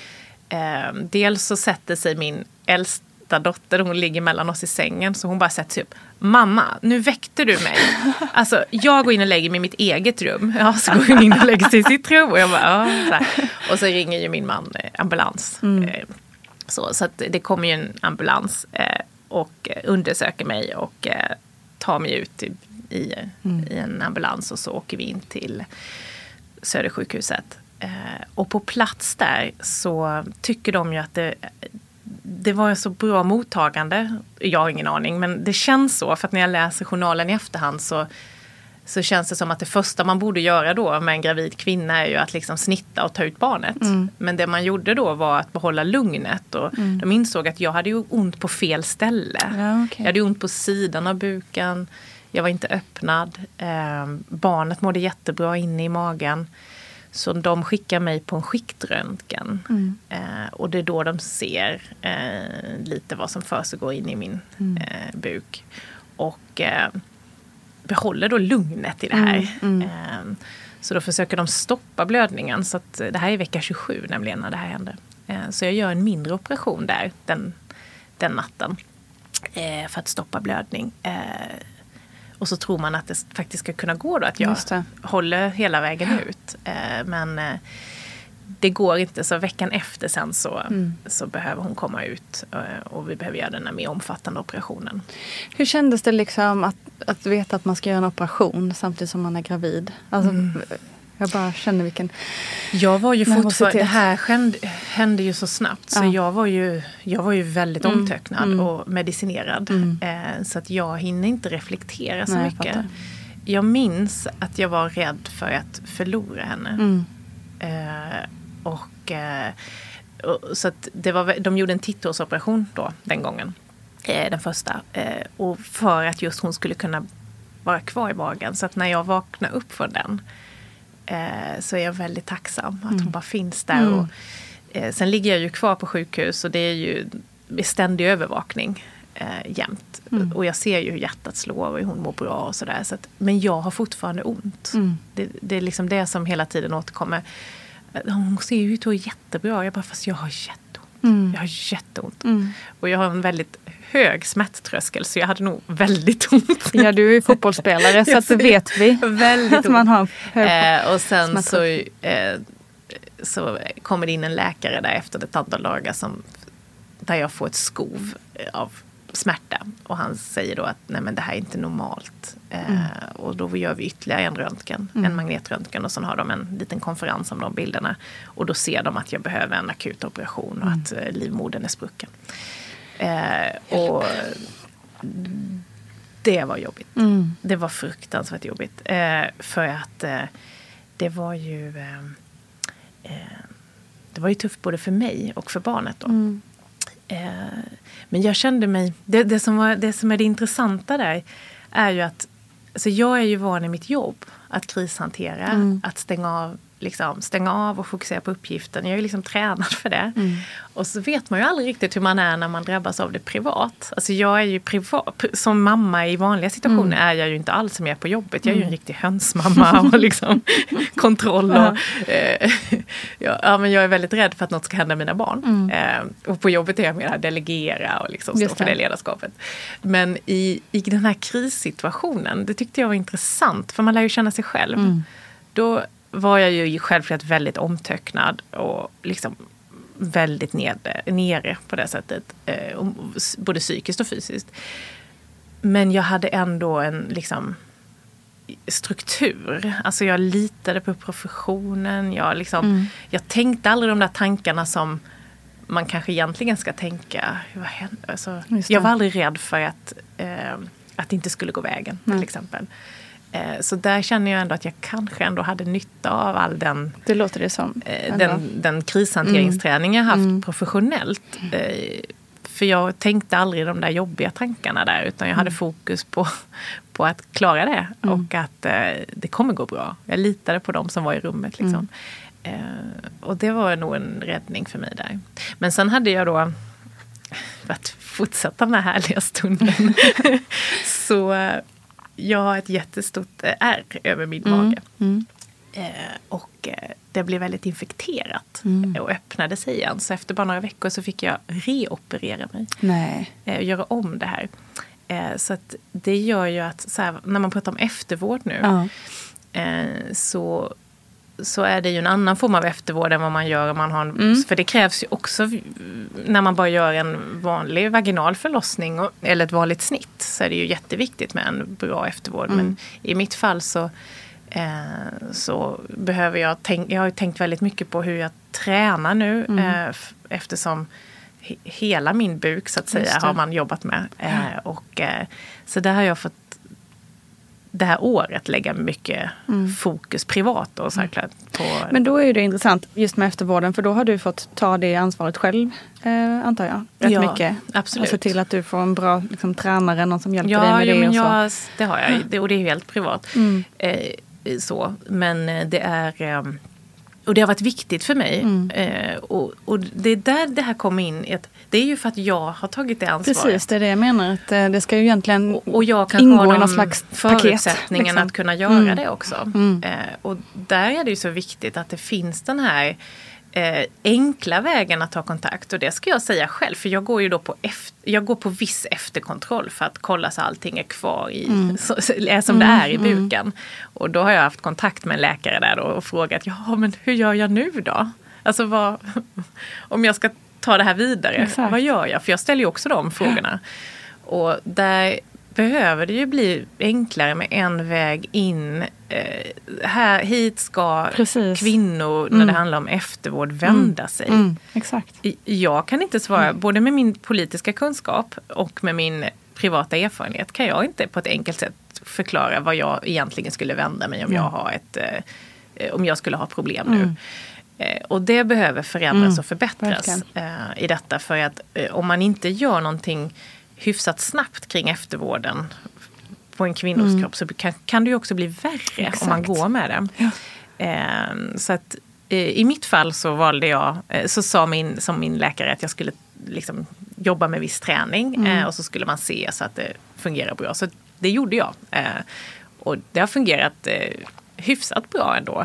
dels så sätter sig min äldsta dotter, hon ligger mellan oss i sängen, så hon bara sätter sig upp. Mamma, nu väckte du mig. Alltså, jag går in och lägger mig i mitt eget rum. Ja, så går hon in och lägger sig i sitt rum. Och jag bara, så här. Och så ringer ju min man ambulans. Så att det kommer ju en ambulans och undersöker mig och tar mig ut i en ambulans, och så åker vi in till Södersjukhuset. Och på plats där så tycker de ju att det var så bra mottagande. Jag har ingen aning, men det känns så. För att när jag läser journalen i efterhand så känns det som att det första man borde göra då med en gravid kvinna är ju att liksom snitta och ta ut barnet. Men det man gjorde då var att behålla lugnet. Och de insåg att jag hade ju ont på fel ställe. Ja, okay. Jag hade ont på sidan av buken. Jag var inte öppnad. Barnet mådde jättebra inne i magen. Så de skickar mig på en skiktröntgen. Och det är då de ser lite vad som försiggår in i min buk. Och behåller då lugnet i det här. Så då försöker de stoppa blödningen. Så att det här är vecka 27 nämligen när det här händer. Så jag gör en mindre operation där den natten. För att stoppa blödning. Och så tror man att det faktiskt ska kunna gå då, att jag håller hela vägen ut. Men det går inte, så veckan efter sen så behöver hon komma ut och vi behöver göra den här mer omfattande operationen. Hur kändes det liksom att veta att man ska göra en operation samtidigt som man är gravid? Alltså, jag bara känner vilken... Jag var ju fortfarande... Det här hände ju så snabbt. Så jag var ju väldigt omtöcknad och medicinerad. Så att jag hinner inte reflektera så mycket. Jag minns att jag var rädd för att förlora henne. Så att de gjorde en tittårsoperation då, den gången. Den första. Och för att just hon skulle kunna vara kvar i magen. Så att när jag vaknade upp från den så är jag väldigt tacksam att hon bara finns där. Och, sen ligger jag ju kvar på sjukhus och det är ju ständig övervakning jämt. Och jag ser ju hur hjärtat slår och hur hon mår bra och sådär. Så att, men jag har fortfarande ont. Det är liksom det som hela tiden återkommer. Hon ser ju ut att är jättebra. Jag bara, fast jag har jätteont. Jag har jätteont. Och jag har en väldigt hög smärttröskel, så jag hade nog väldigt ont. Ja, du är ju fotbollsspelare så att det vet vi. Väldigt ont. Man har och sen så kommer det in en läkare där efter ett antal dagar där jag får ett skov av smärta. Och han säger då att nej, men det här är inte normalt. Och då gör vi ytterligare en röntgen, en magnetröntgen, och sen har de en liten konferens om de bilderna. Och då ser de att jag behöver en akut operation och att livmodern är sprucken. Och det var jobbigt. Det var fruktansvärt jobbigt. För att det var ju tufft både för mig och för barnet då. Men jag kände mig... Det som är det intressanta där är ju att alltså jag är ju van i mitt jobb att krishantera, att stänga av och fokusera på uppgiften. Jag är ju liksom tränad för det. Och så vet man ju aldrig riktigt hur man är när man drabbas av det privat. Alltså jag är ju privat, som mamma i vanliga situationer är jag ju inte alls som jag är på jobbet. Jag är ju en riktig hönsmamma och liksom kontroll. Och, men jag är väldigt rädd för att något ska hända mina barn. Och på jobbet är jag mer att delegera och liksom stå för det ledarskapet. Men i den här krissituationen, det tyckte jag var intressant. För man lär ju känna sig själv. Då var jag ju självklart väldigt omtöcknad och liksom väldigt nere på det sättet. Både psykiskt och fysiskt. Men jag hade ändå en liksom struktur. Alltså jag litade på professionen. Jag tänkte aldrig de där tankarna som man kanske egentligen ska tänka. Alltså, jag var aldrig rädd för att det inte skulle gå vägen till exempel. Så där känner jag ändå att jag kanske ändå hade nytta av all den... Det låter det som. Den krishanteringsträning jag haft professionellt. För jag tänkte aldrig de där jobbiga tankarna där. Utan jag hade fokus på att klara det. Och att det kommer gå bra. Jag litade på dem som var i rummet liksom. Och det var nog en räddning för mig där. Men sen hade jag då... För att fortsätta den här härliga stunden. Så... Jag har ett jättestort ärr över min mage. Och det blev väldigt infekterat och öppnade sig igen. Så efter bara några veckor så fick jag reoperera mig. Nej. Göra om det här. Så att det gör ju att så här, när man pratar om eftervård nu så är det ju en annan form av eftervård än vad man gör om man har för det krävs ju också när man bara gör en vanlig vaginal förlossning eller ett vanligt snitt, så är det ju jätteviktigt med en bra eftervård. Men i mitt fall så behöver jag har ju tänkt väldigt mycket på hur jag tränar nu eftersom hela min buk så att säga har man jobbat med. Så där har jag fått det här året lägga mycket fokus privat och såklart på. Men då är ju det intressant just med eftervården, för då har du fått ta det ansvaret själv, antar jag. Rätt mycket. Absolut. Och se till att du får en bra tränare, någon som hjälper dig med det. Men det har jag. Och det är helt privat. Så. Men det är... Och det har varit viktigt för mig. Och det är där det här kommer in. Det är ju för att jag har tagit det ansvaret. Precis, det är det jag menar. Att det ska ju egentligen och jag kan ingå ha i någon slags förutsättningen paket, att kunna göra det också. Och där är det ju så viktigt att det finns den här enkla vägen att ta kontakt. Och det ska jag säga själv. För jag går ju då på viss efterkontroll för att kolla så allting är kvar som det är i buken. Och då har jag haft kontakt med en läkare där då och frågat, men hur gör jag nu då? Alltså om jag ska ta det här vidare, Exakt. Vad gör jag? För jag ställer ju också de frågorna. Och där behöver det ju bli enklare med en väg in. Hit ska kvinnor, när det handlar om eftervård, vända sig. Exakt. Jag kan inte svara, både med min politiska kunskap och med min privata erfarenhet kan jag inte på ett enkelt sätt förklara vad jag egentligen skulle vända mig om jag har om jag skulle ha problem nu. Och det behöver förändras och förbättras i detta, för att om man inte gör någonting hyfsat snabbt kring eftervården på en kvinnos kropp så kan det ju också bli värre om man går med det. Ja. Så att i mitt fall så valde jag, så sa min läkare att jag skulle liksom jobba med viss träning och så skulle man se så att det fungerar bra. Så det gjorde jag. Och det har fungerat hyfsat bra ändå.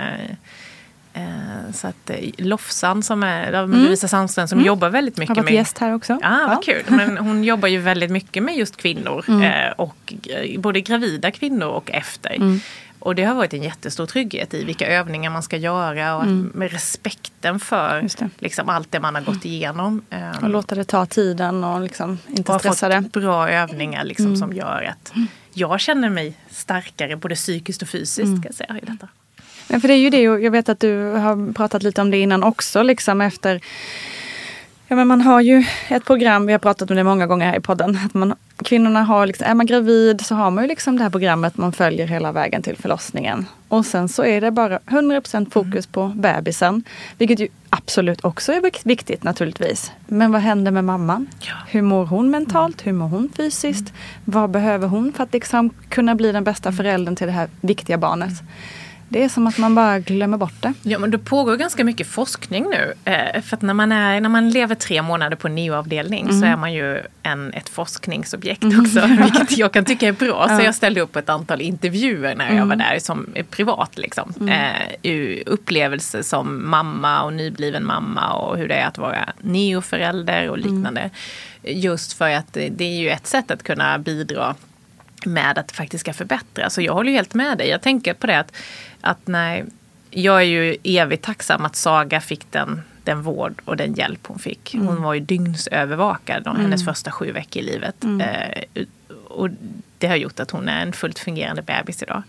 Så att Lofsan som är Lovisa Sandström som jobbar väldigt mycket med... Har varit gäst här också. Vad kul. Men hon jobbar ju väldigt mycket med just kvinnor och både gravida kvinnor och efter. Och det har varit en jättestor trygghet i vilka övningar man ska göra och med respekten för liksom allt det man har gått igenom. Och låta det ta tiden och liksom inte stressa det. Bra övningar liksom som gör att jag känner mig starkare både psykiskt och fysiskt kan jag säga i detta. Men för det är ju det, jag vet att du har pratat lite om det innan också, liksom efter... Ja, men man har ju ett program, vi har pratat om det många gånger här i podden, att kvinnorna har liksom, är man gravid så har man ju liksom det här programmet man följer hela vägen till förlossningen. Och sen så är det bara 100% fokus på bebisen, vilket ju absolut också är viktigt naturligtvis. Men vad händer med mamman? Ja. Hur mår hon mentalt? Hur mår hon fysiskt? Vad behöver hon för att liksom kunna bli den bästa föräldern till det här viktiga barnet? Det är som att man bara glömmer bort det. Ja, men det pågår ganska mycket forskning nu. För att när man lever 3 månader på NIO-avdelning så är man ju ett forskningsobjekt också. Vilket jag kan tycka är bra. Så jag ställde upp ett antal intervjuer när jag var där som privat. Liksom. Upplevelser som mamma och nybliven mamma och hur det är att vara NIO-förälder och liknande. Just för att det är ju ett sätt att kunna bidra med att det faktiskt ska förbättras. Så jag håller ju helt med dig. Jag tänker på det att jag är ju evigt tacksam att Saga fick den vård och den hjälp hon fick. Hon var ju dygnsövervakad hennes första 7 veckor i livet. Och det har gjort att hon är en fullt fungerande bebis idag.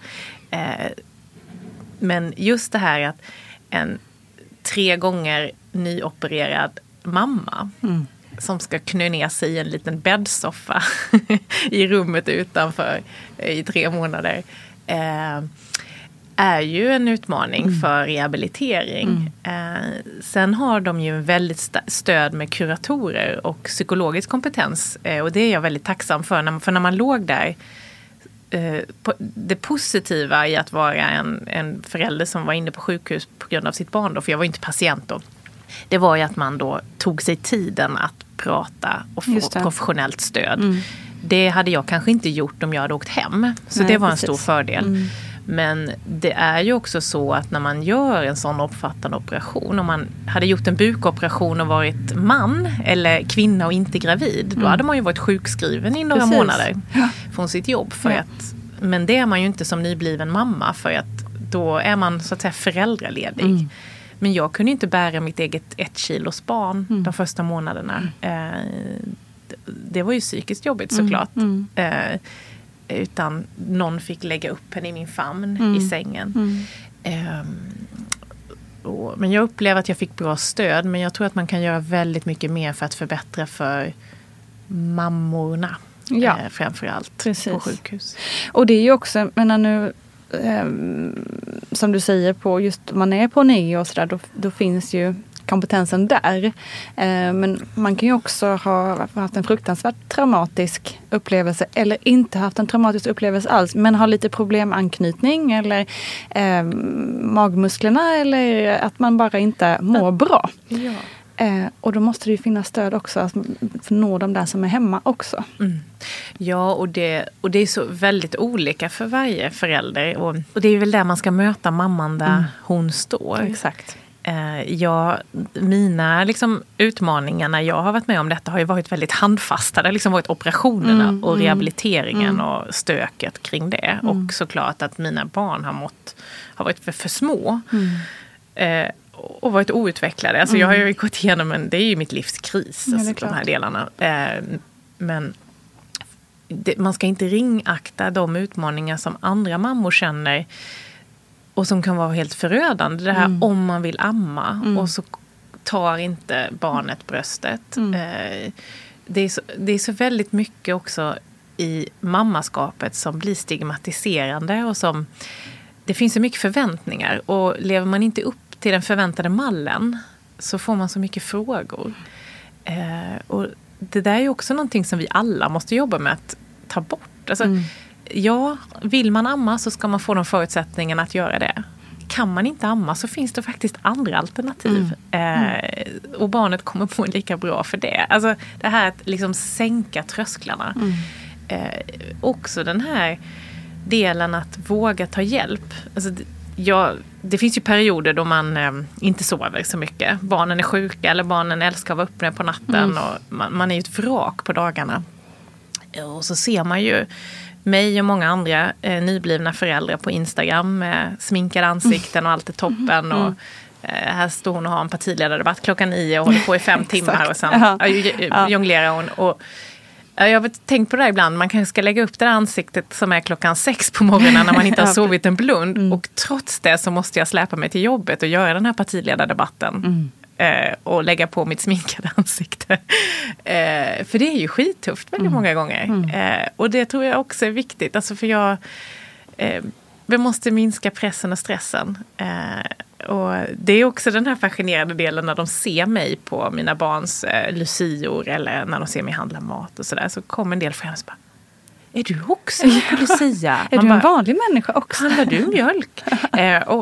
Men just det här att en 3 gånger nyopererad mamma som ska knö ner sig i en liten bäddsoffa i rummet utanför i 3 månader är ju en utmaning för rehabilitering. Sen har de ju en väldigt stöd med kuratorer och psykologisk kompetens och det är jag väldigt tacksam för när man låg där. Det positiva i att vara en förälder som var inne på sjukhus på grund av sitt barn då, för jag var inte patient då. Det var ju att man då tog sig tiden att prata och få professionellt stöd. Det hade jag kanske inte gjort om jag hade åkt hem. Så det var en stor fördel. Men det är ju också så att när man gör en sån omfattande operation, om man hade gjort en bukoperation och varit man eller kvinna och inte gravid, då hade man ju varit sjukskriven i några månader från sitt jobb. Men det är man ju inte som nybliven mamma, för att då är man så att säga föräldraledig. Men jag kunde inte bära mitt eget 1 kilos barn de första månaderna. Det var ju psykiskt jobbigt såklart. Utan någon fick lägga upp henne i min famn i sängen. Men jag upplever att jag fick bra stöd. Men jag tror att man kan göra väldigt mycket mer för att förbättra för mammorna. Framförallt på sjukhus. Och det är ju också, men nu som du säger, på just man är på NEO och sådär, då finns ju kompetensen där. Men man kan ju också ha haft en fruktansvärt traumatisk upplevelse eller inte haft en traumatisk upplevelse alls, men ha lite problemanknytning eller magmusklerna eller att man bara inte mår bra. Ja. Och då måste det ju finnas stöd också att nå de där som är hemma också. Ja, och det är så väldigt olika för varje förälder. Och det är väl där man ska möta mamman där hon står. Exakt. Mina utmaningar när jag har varit med om detta har ju varit väldigt handfasta. Det har liksom varit operationerna och rehabiliteringen och stöket kring det. Och såklart att mina barn har varit för små. Och varit outvecklade. Alltså jag har ju gått igenom det är ju mitt livs kris, de här delarna. Men man ska inte ringakta de utmaningar som andra mammor känner och som kan vara helt förödande. Det här om man vill amma och så tar inte barnet bröstet. Det är så väldigt mycket också i mammaskapet som blir stigmatiserande och som det finns så mycket förväntningar, och lever man inte upp till den förväntade mallen så får man så mycket frågor. Och det där är ju också någonting som vi alla måste jobba med att ta bort. Alltså, vill man amma så ska man få de förutsättningarna att göra det. Kan man inte amma så finns det faktiskt andra alternativ. Och barnet kommer må lika bra för det. Alltså det här att liksom sänka trösklarna. Också den här delen att våga ta hjälp. Alltså, det finns ju perioder då man inte sover så mycket. Barnen är sjuka eller barnen älskar att vara uppe på natten. Och man är ju ett vrak på dagarna. Och så ser man ju mig och många andra nyblivna föräldrar på Instagram med sminkade ansikten och allt är toppen. Och här står hon och har en partiledardebatt 9:00 och håller på i 5 timmar och sen jonglerar hon. Och jag har tänkt på det ibland. Man kanske ska lägga upp det där ansiktet som är 6 på morgonen när man inte har sovit en blund. Och trots det så måste jag släpa mig till jobbet och göra den här partiledardebatten. Och lägga på mitt sminkade ansikte. För det är ju skittufft väldigt många gånger. Och det tror jag också är viktigt. Alltså för vi måste minska pressen och stressen. Och det är också den här fascinerande delen när de ser mig på mina barns lucior eller när de ser mig handla mat och sådär, så kommer en del fram och bara: är du också på Lucia? Är du en vanlig människa också? Handlar du mjölk? Och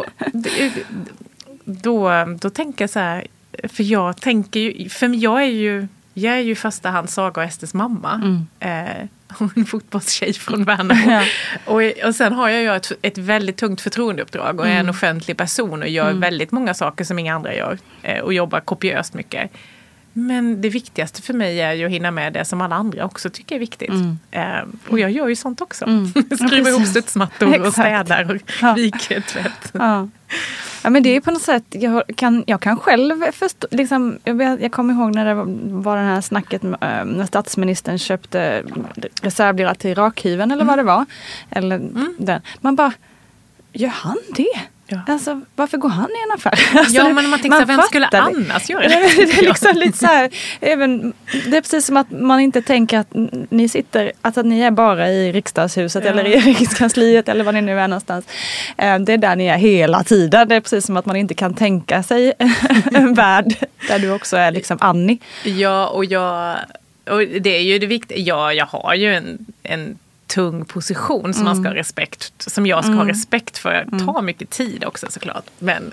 då tänker jag så här, för jag är ju i första hand Saga och Esters mamma. Hon är en fotbollstjej från Värnamo. Och sen har jag ju ett väldigt tungt förtroendeuppdrag och är en offentlig person och gör väldigt många saker som inga andra gör. Och jobbar kopiöst mycket. Men det viktigaste för mig är ju att hinna med det som alla andra också tycker är viktigt. Och jag gör ju sånt också. Skriver ihop studsmattor och städar och viker tvätt. Ja, men det är på något sätt, jag kan själv förstå, liksom, jag kommer ihåg när det var den här snacket när statsministern köpte reservdelar till rakhyveln eller vad det var. Eller den. Man bara, gör han det? Ja. Alltså, varför går han i en affär? Alltså, ja, men man tänker vem skulle annars göra det? Det är liksom lite så här, det är precis som att man inte tänker att ni sitter, alltså att ni är bara i riksdagshuset eller i regeringskansliet eller vad ni nu är någonstans. Det är där ni är hela tiden. Det är precis som att man inte kan tänka sig en värld där du också är liksom Annie. Ja, och det är ju det viktiga. Ja, jag har ju en tung position som man ska ha respekt, som jag ska ha respekt för. Ta mycket tid också såklart. Men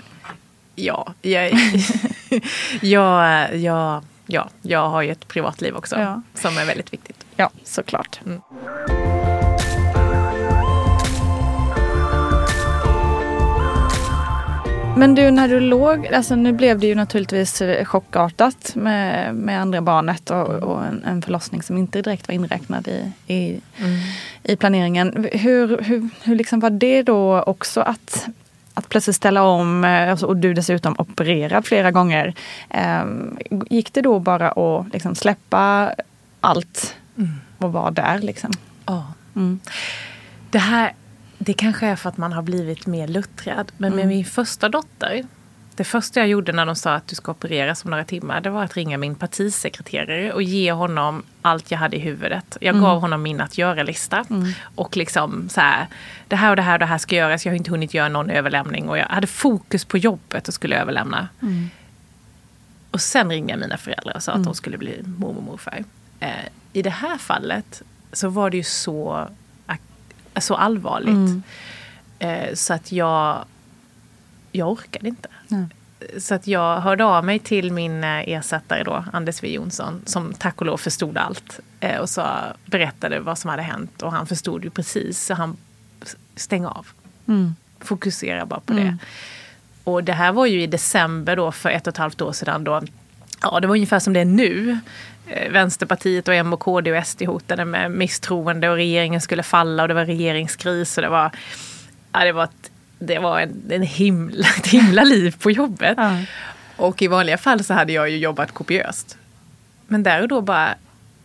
jag har ju ett privatliv också som är väldigt viktigt. Ja, såklart. Men du, när du låg, alltså nu blev det ju naturligtvis chockartat med andra barnet och en förlossning som inte direkt var inräknad i planeringen. Hur liksom var det då också att plötsligt ställa om, och du dessutom opererad flera gånger? Gick det då bara att liksom släppa allt och vara där liksom? Ja. Det kanske är för att man har blivit mer luttrad. Men med min första dotter, det första jag gjorde när de sa att du ska opereras om några timmar, det var att ringa min partisekreterare och ge honom allt jag hade i huvudet. Jag gav honom min att göra-lista. Och liksom så här, det här och det här och det här ska göras. Jag har inte hunnit göra någon överlämning. Och jag hade fokus på jobbet och skulle överlämna. Och sen ringde jag mina föräldrar och sa att de skulle bli mormor och morfar. I det här fallet så var det ju så allvarligt. Så att jag orkade inte. Så att jag hörde av mig till min ersättare då, Anders W. Jonsson, som tack och lov förstod allt. Och så berättade vad som hade hänt. Och han förstod ju precis. Så han stängde av. Fokusera bara på det. Och det här var ju i december då, för 1,5 år sedan då. Ja, det var ungefär som det är nu. Vänsterpartiet och M och KD och SD hotade med misstroende och regeringen skulle falla och det var regeringskris och det var ett himla liv på jobbet. Och i vanliga fall så hade jag ju jobbat kopiöst. Men där och då bara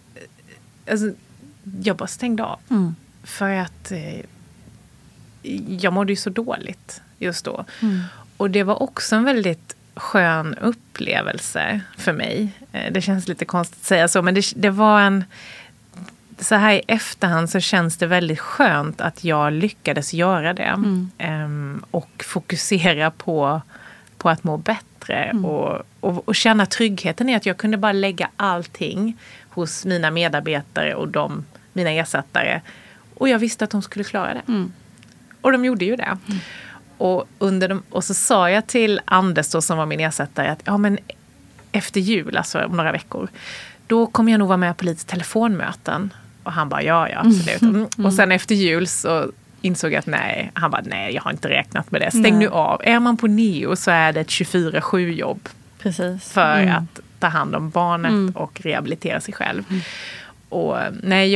jag bara stängde av. För att jag mådde ju så dåligt just då. Och det var också en väldigt skön upplevelse för mig. Det känns lite konstigt att säga så, men det var så här i efterhand så känns det väldigt skönt att jag lyckades göra det. Och fokusera på att må bättre och känna tryggheten i att jag kunde bara lägga allting hos mina medarbetare och mina ersättare. Och jag visste att de skulle klara det. Och de gjorde ju det. Och så sa jag till Anders då, som var min ersättare, att men efter jul, alltså om några veckor, då kommer jag nog vara med på lite telefonmöten. Och han bara, ja, absolut. Och sen efter jul så insåg jag att nej, jag har inte räknat med det. Stäng nu av. Är man på Neo så är det ett 24/7 jobb. Precis. För att ta hand om barnet och rehabilitera sig själv. Och nej,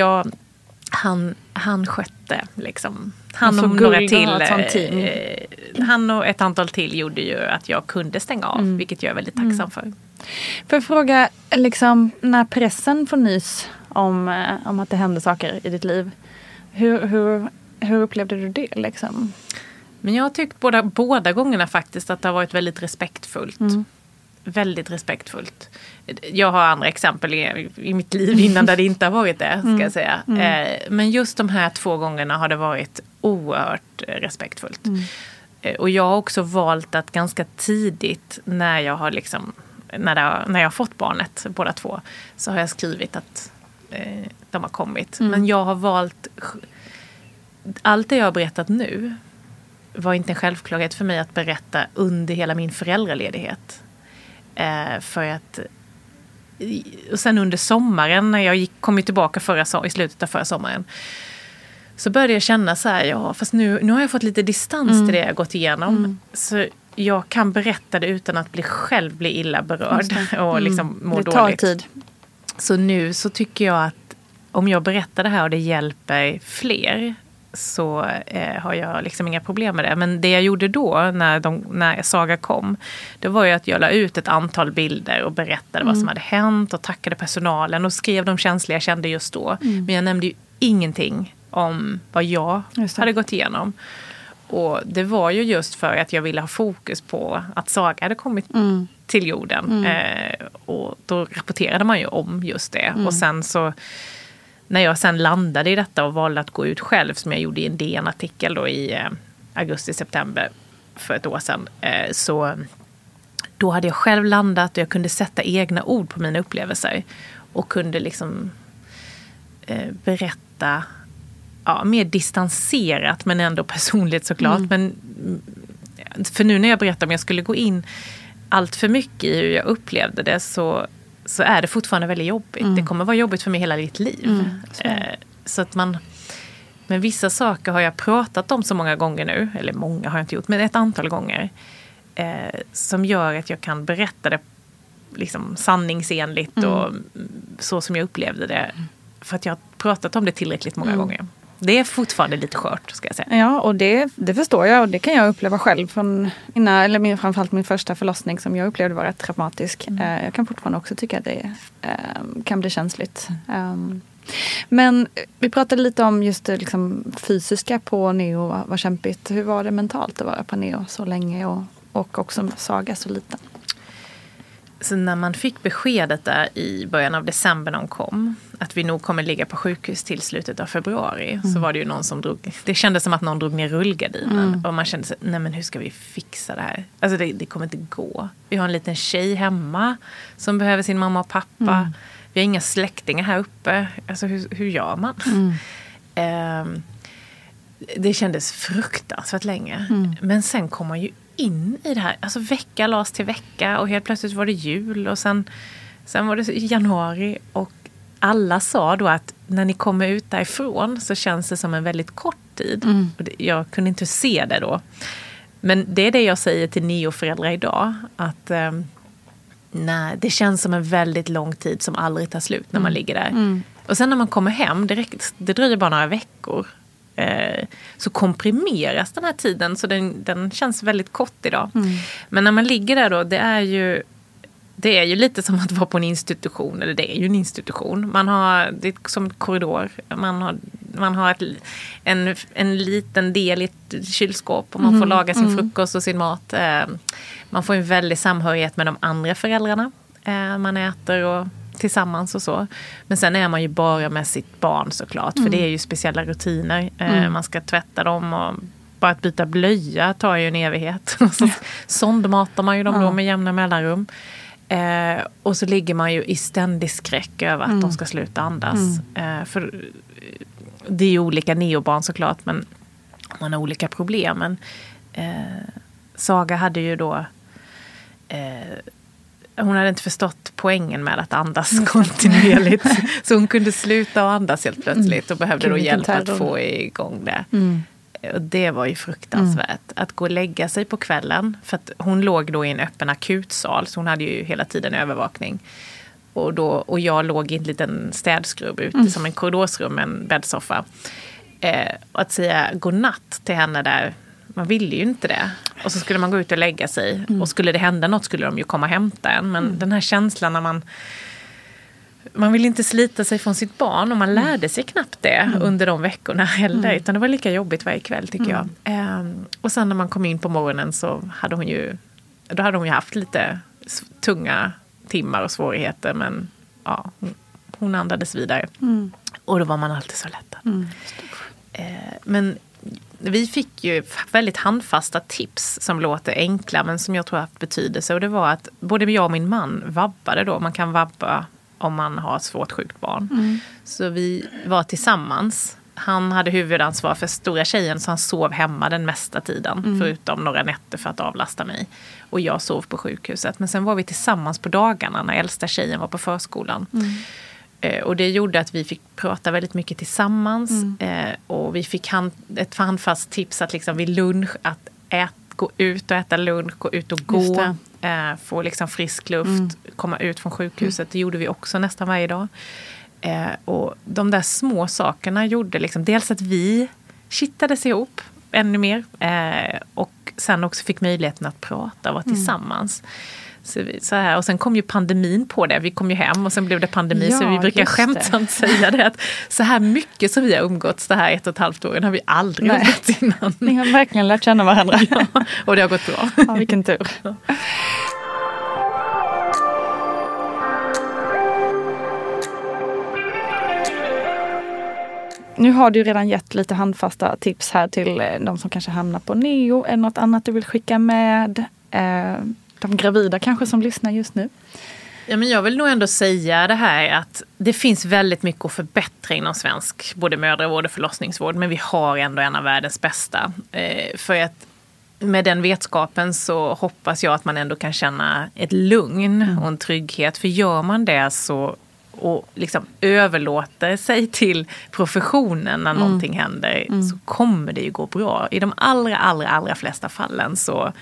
han skötte liksom. Han och några till. Han och ett antal till gjorde ju att jag kunde stänga av, vilket jag är väldigt tacksam för. För att fråga, liksom, när pressen får nys om att det händer saker i ditt liv, hur upplevde du det liksom? Men jag har tyckt båda gångerna faktiskt att det har varit väldigt respektfullt. Väldigt respektfullt. Jag har andra exempel i mitt liv innan där det inte har varit det, ska jag säga. Men just de här 2 gångerna har det varit oerhört respektfullt. Och jag har också valt att ganska tidigt när jag har liksom, när jag har fått barnet, båda 2, så har jag skrivit att de har kommit. Men jag har valt, allt det jag har berättat nu var inte en självklarhet för mig att berätta under hela min föräldraledighet. För att, och sen under sommaren när jag kom tillbaka i slutet av förra sommaren, så började jag känna så här, fast nu har jag fått lite distans till det jag gått igenom. Så jag kan berätta det utan att själv bli illa berörd och liksom må dåligt. Det tar tid. Så nu så tycker jag att om jag berättar det här och det hjälper fler, så har jag liksom inga problem med det. Men det jag gjorde då när Saga kom, det var ju att jag la ut ett antal bilder och berättade vad som hade hänt och tackade personalen och skrev de känslor jag kände just då. Men jag nämnde ju ingenting om vad jag hade gått igenom. Och det var ju just för att jag ville ha fokus på att Saga hade kommit till jorden. Och då rapporterade man ju om just det. Och sen så, när jag sen landade i detta och valde att gå ut själv, som jag gjorde i en DN-artikel då i augusti-september för ett år sedan, så då hade jag själv landat och jag kunde sätta egna ord på mina upplevelser och kunde liksom berätta mer distanserat men ändå personligt såklart. Men för nu när jag berättar, om jag skulle gå in allt för mycket i hur jag upplevde det, så är det fortfarande väldigt jobbigt. Det kommer vara jobbigt för mig hela ditt liv. Så att men vissa saker har jag pratat om så många gånger nu, eller många har jag inte gjort, men ett antal gånger. som gör att jag kan berätta det liksom sanningsenligt och så som jag upplevde det. För att jag har pratat om det tillräckligt många gånger. Det är fortfarande lite skört, ska jag säga. Ja, och det förstår jag. Och det kan jag uppleva själv från framförallt min första förlossning som jag upplevde var rätt traumatisk. Jag kan fortfarande också tycka att det kan bli känsligt. Men vi pratade lite om just det liksom, fysiska på Neo var kämpigt. Hur var det mentalt att vara på Neo så länge och också Saga så liten? Så när man fick beskedet där i början av december när hon kom, att vi nog kommer ligga på sjukhus till slutet av februari, så var det ju någon som det kändes som att någon drog ner rullgardinen. Och man kände sig, nej men hur ska vi fixa det här? Alltså det kommer inte gå. Vi har en liten tjej hemma som behöver sin mamma och pappa. Vi har inga släktingar här uppe. Alltså hur gör man? Det kändes fruktansvärt länge. Men sen kom man ju in i det här. Alltså vecka lades till vecka och helt plötsligt var det jul och sen var det januari och alla sa då att när ni kommer ut därifrån så känns det som en väldigt kort tid. Och jag kunde inte se det då. Men det är det jag säger till Neo-föräldrar idag, att nej, det känns som en väldigt lång tid som aldrig tar slut när man ligger där. Och sen när man kommer hem, det dröjer bara några veckor, så komprimeras den här tiden, så den känns väldigt kort idag. Men när man ligger där då, det är ju lite som att vara på en institution, eller det är ju en institution. Det är som ett korridor. Man har en liten del i ett kylskåp och man får laga sin frukost och sin mat. Man får en väldig samhörighet med de andra föräldrarna. Man äter och tillsammans och så. Men sen är man ju bara med sitt barn såklart. För det är ju speciella rutiner. Man ska tvätta dem och bara att byta blöja tar ju en evighet. Och så sondmatar man ju dem då med jämna mellanrum. Och så ligger man ju i ständig skräck över att de ska sluta andas. För det är ju olika neobarn såklart, men man har olika problem. Men Saga hade ju då hon hade inte förstått poängen med att andas kontinuerligt. Så hon kunde sluta andas helt plötsligt och behövde då hjälp att få igång det. Och det var ju fruktansvärt. Att gå och lägga sig på kvällen. För att hon låg då i en öppen akutsal. Så hon hade ju hela tiden övervakning. Och jag låg i en liten städskrubb ute som en korridorsrum med en bäddsoffa. Och att säga godnatt till henne där, man ville ju inte det. Och så skulle man gå ut och lägga sig. Och skulle det hända något skulle de ju komma och hämta en. Men den här känslan när man vill inte slita sig från sitt barn. Och man lärde sig knappt det under de veckorna heller. Utan det var lika jobbigt varje kväll tycker jag. Och sen när man kom in på morgonen så hade hon ju haft lite tunga timmar och svårigheter. Men ja, hon andades vidare. Och då var man alltid så lättad. Men vi fick ju väldigt handfasta tips som låter enkla men som jag tror har haft betydelse. Och det var att både jag och min man vabbade då. Man kan vabba om man har ett svårt sjukt barn. Så vi var tillsammans. Han hade huvudansvar för stora tjejen så han sov hemma den mesta tiden. Förutom några nätter för att avlasta mig. Och jag sov på sjukhuset. Men sen var vi tillsammans på dagarna när äldsta tjejen var på förskolan. Och det gjorde att vi fick prata väldigt mycket tillsammans. Och vi fick ett handfast tips att liksom vid lunch att gå ut och äta lunch, gå ut och gå. Få liksom frisk luft, komma ut från sjukhuset. Det gjorde vi också nästan varje dag. Och de där små sakerna gjorde liksom dels att vi kittades ihop ännu mer. Och sen också fick möjligheten att prata och vara tillsammans. Så här. Och sen kom ju pandemin på det. Vi kom ju hem och sen blev det pandemi. Så vi brukar skämtsamt säga det. Att så här mycket som vi har umgåtts det här 1,5 åren har vi aldrig umgåtts innan. Ni har verkligen lärt känna varandra. Ja, och det har gått bra. Ja, vilken tur. Nu har du redan gett lite handfasta tips här till de som kanske hamnar på Neo. Är det något annat du vill skicka med? De gravida kanske som lyssnar just nu? Ja, men jag vill nog ändå säga det här att det finns väldigt mycket att förbättra inom svensk både mödravård och förlossningsvård. Men vi har ändå en av världens bästa. För att med den vetskapen så hoppas jag att man ändå kan känna ett lugn och en trygghet. För gör man det så och liksom överlåter sig till professionen när någonting händer så kommer det ju gå bra. I de allra flesta fallen så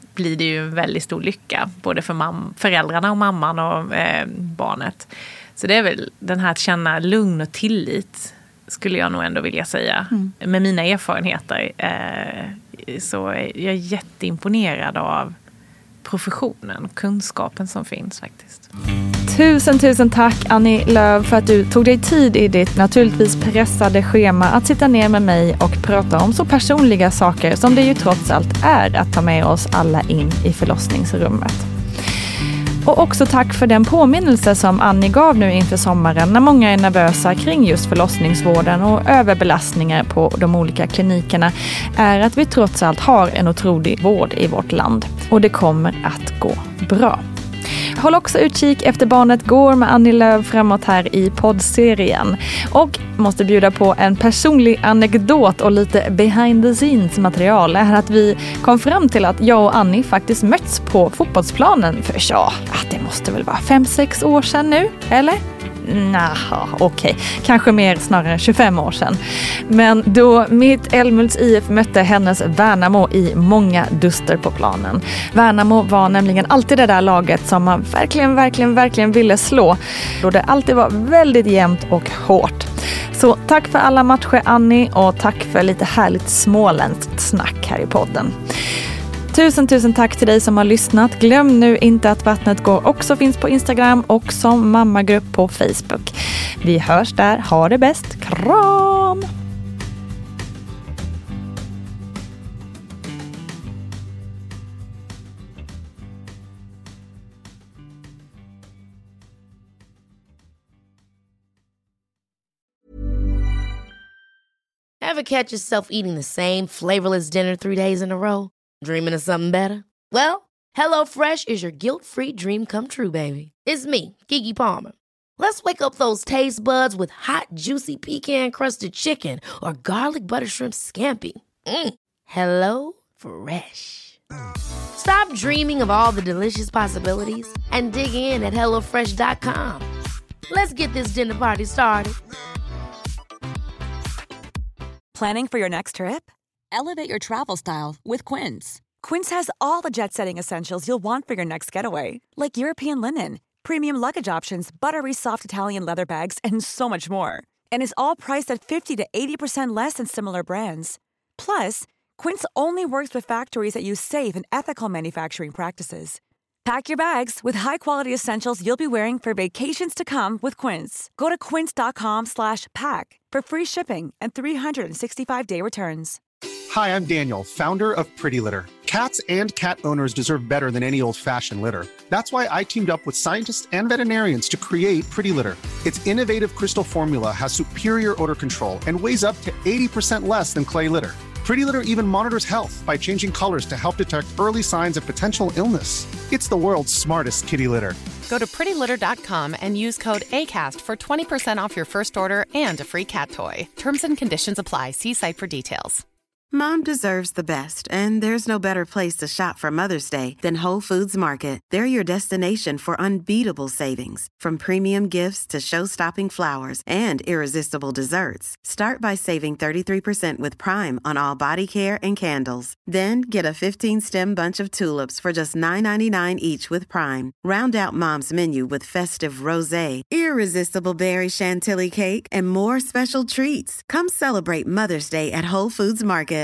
blir det ju en väldigt stor lycka. Både för föräldrarna och mamman och barnet. Så det är väl den här att känna lugn och tillit, skulle jag nog ändå vilja säga. Med mina erfarenheter så är jag jätteimponerad av professionen och kunskapen som finns faktiskt. Tusen tack Annie Lööf för att du tog dig tid i ditt naturligtvis pressade schema att sitta ner med mig och prata om så personliga saker som det ju trots allt är att ta med oss alla in i förlossningsrummet. Och också tack för den påminnelse som Annie gav nu inför sommaren när många är nervösa kring just förlossningsvården och överbelastningar på de olika klinikerna, är att vi trots allt har en otrolig vård i vårt land. Och det kommer att gå bra. Håll också utkik efter Barnet går med Annie Lööf framåt här i poddserien. Och måste bjuda på en personlig anekdot och lite behind the scenes material är att vi kom fram till att jag och Annie faktiskt möts på fotbollsplanen för det måste väl vara 5-6 år sedan nu, eller? Okej. Kanske mer snarare 25 år sedan. Men då mitt Älmhults IF mötte hennes Värnamo i många duster på planen. Värnamo var nämligen alltid det där laget som man verkligen ville slå. Då det alltid var väldigt jämnt och hårt. Så tack för alla matcher Annie och tack för lite härligt småländskt snack här i podden. Tusen tack till dig som har lyssnat. Glöm nu inte att Vattnet går också finns på Instagram och som mammagrupp på Facebook. Vi hörs där. Ha det bäst. Kram! Ever catch yourself eating the same flavorless dinner 3 days in a row? Dreaming of something better? Well, HelloFresh is your guilt-free dream come true, baby. It's me, Keke Palmer. Let's wake up those taste buds with hot, juicy pecan-crusted chicken or garlic butter shrimp scampi. Hello Fresh. Stop dreaming of all the delicious possibilities and dig in at HelloFresh.com. Let's get this dinner party started. Planning for your next trip? Elevate your travel style with Quince. Quince has all the jet-setting essentials you'll want for your next getaway, like European linen, premium luggage options, buttery soft Italian leather bags, and so much more. And is all priced at 50 to 80% less than similar brands. Plus, Quince only works with factories that use safe and ethical manufacturing practices. Pack your bags with high-quality essentials you'll be wearing for vacations to come with Quince. Go to quince.com/pack for free shipping and 365-day returns. Hi, I'm Daniel, founder of Pretty Litter. Cats and cat owners deserve better than any old-fashioned litter. That's why I teamed up with scientists and veterinarians to create Pretty Litter. Its innovative crystal formula has superior odor control and weighs up to 80% less than clay litter. Pretty Litter even monitors health by changing colors to help detect early signs of potential illness. It's the world's smartest kitty litter. Go to prettylitter.com and use code ACAST for 20% off your first order and a free cat toy. Terms and conditions apply. See site for details. Mom deserves the best, and there's no better place to shop for Mother's Day than Whole Foods Market. They're your destination for unbeatable savings, from premium gifts to show-stopping flowers and irresistible desserts. Start by saving 33% with Prime on all body care and candles. Then get a 15-stem bunch of tulips for just $9.99 each with Prime. Round out Mom's menu with festive rosé, irresistible berry chantilly cake, and more special treats. Come celebrate Mother's Day at Whole Foods Market.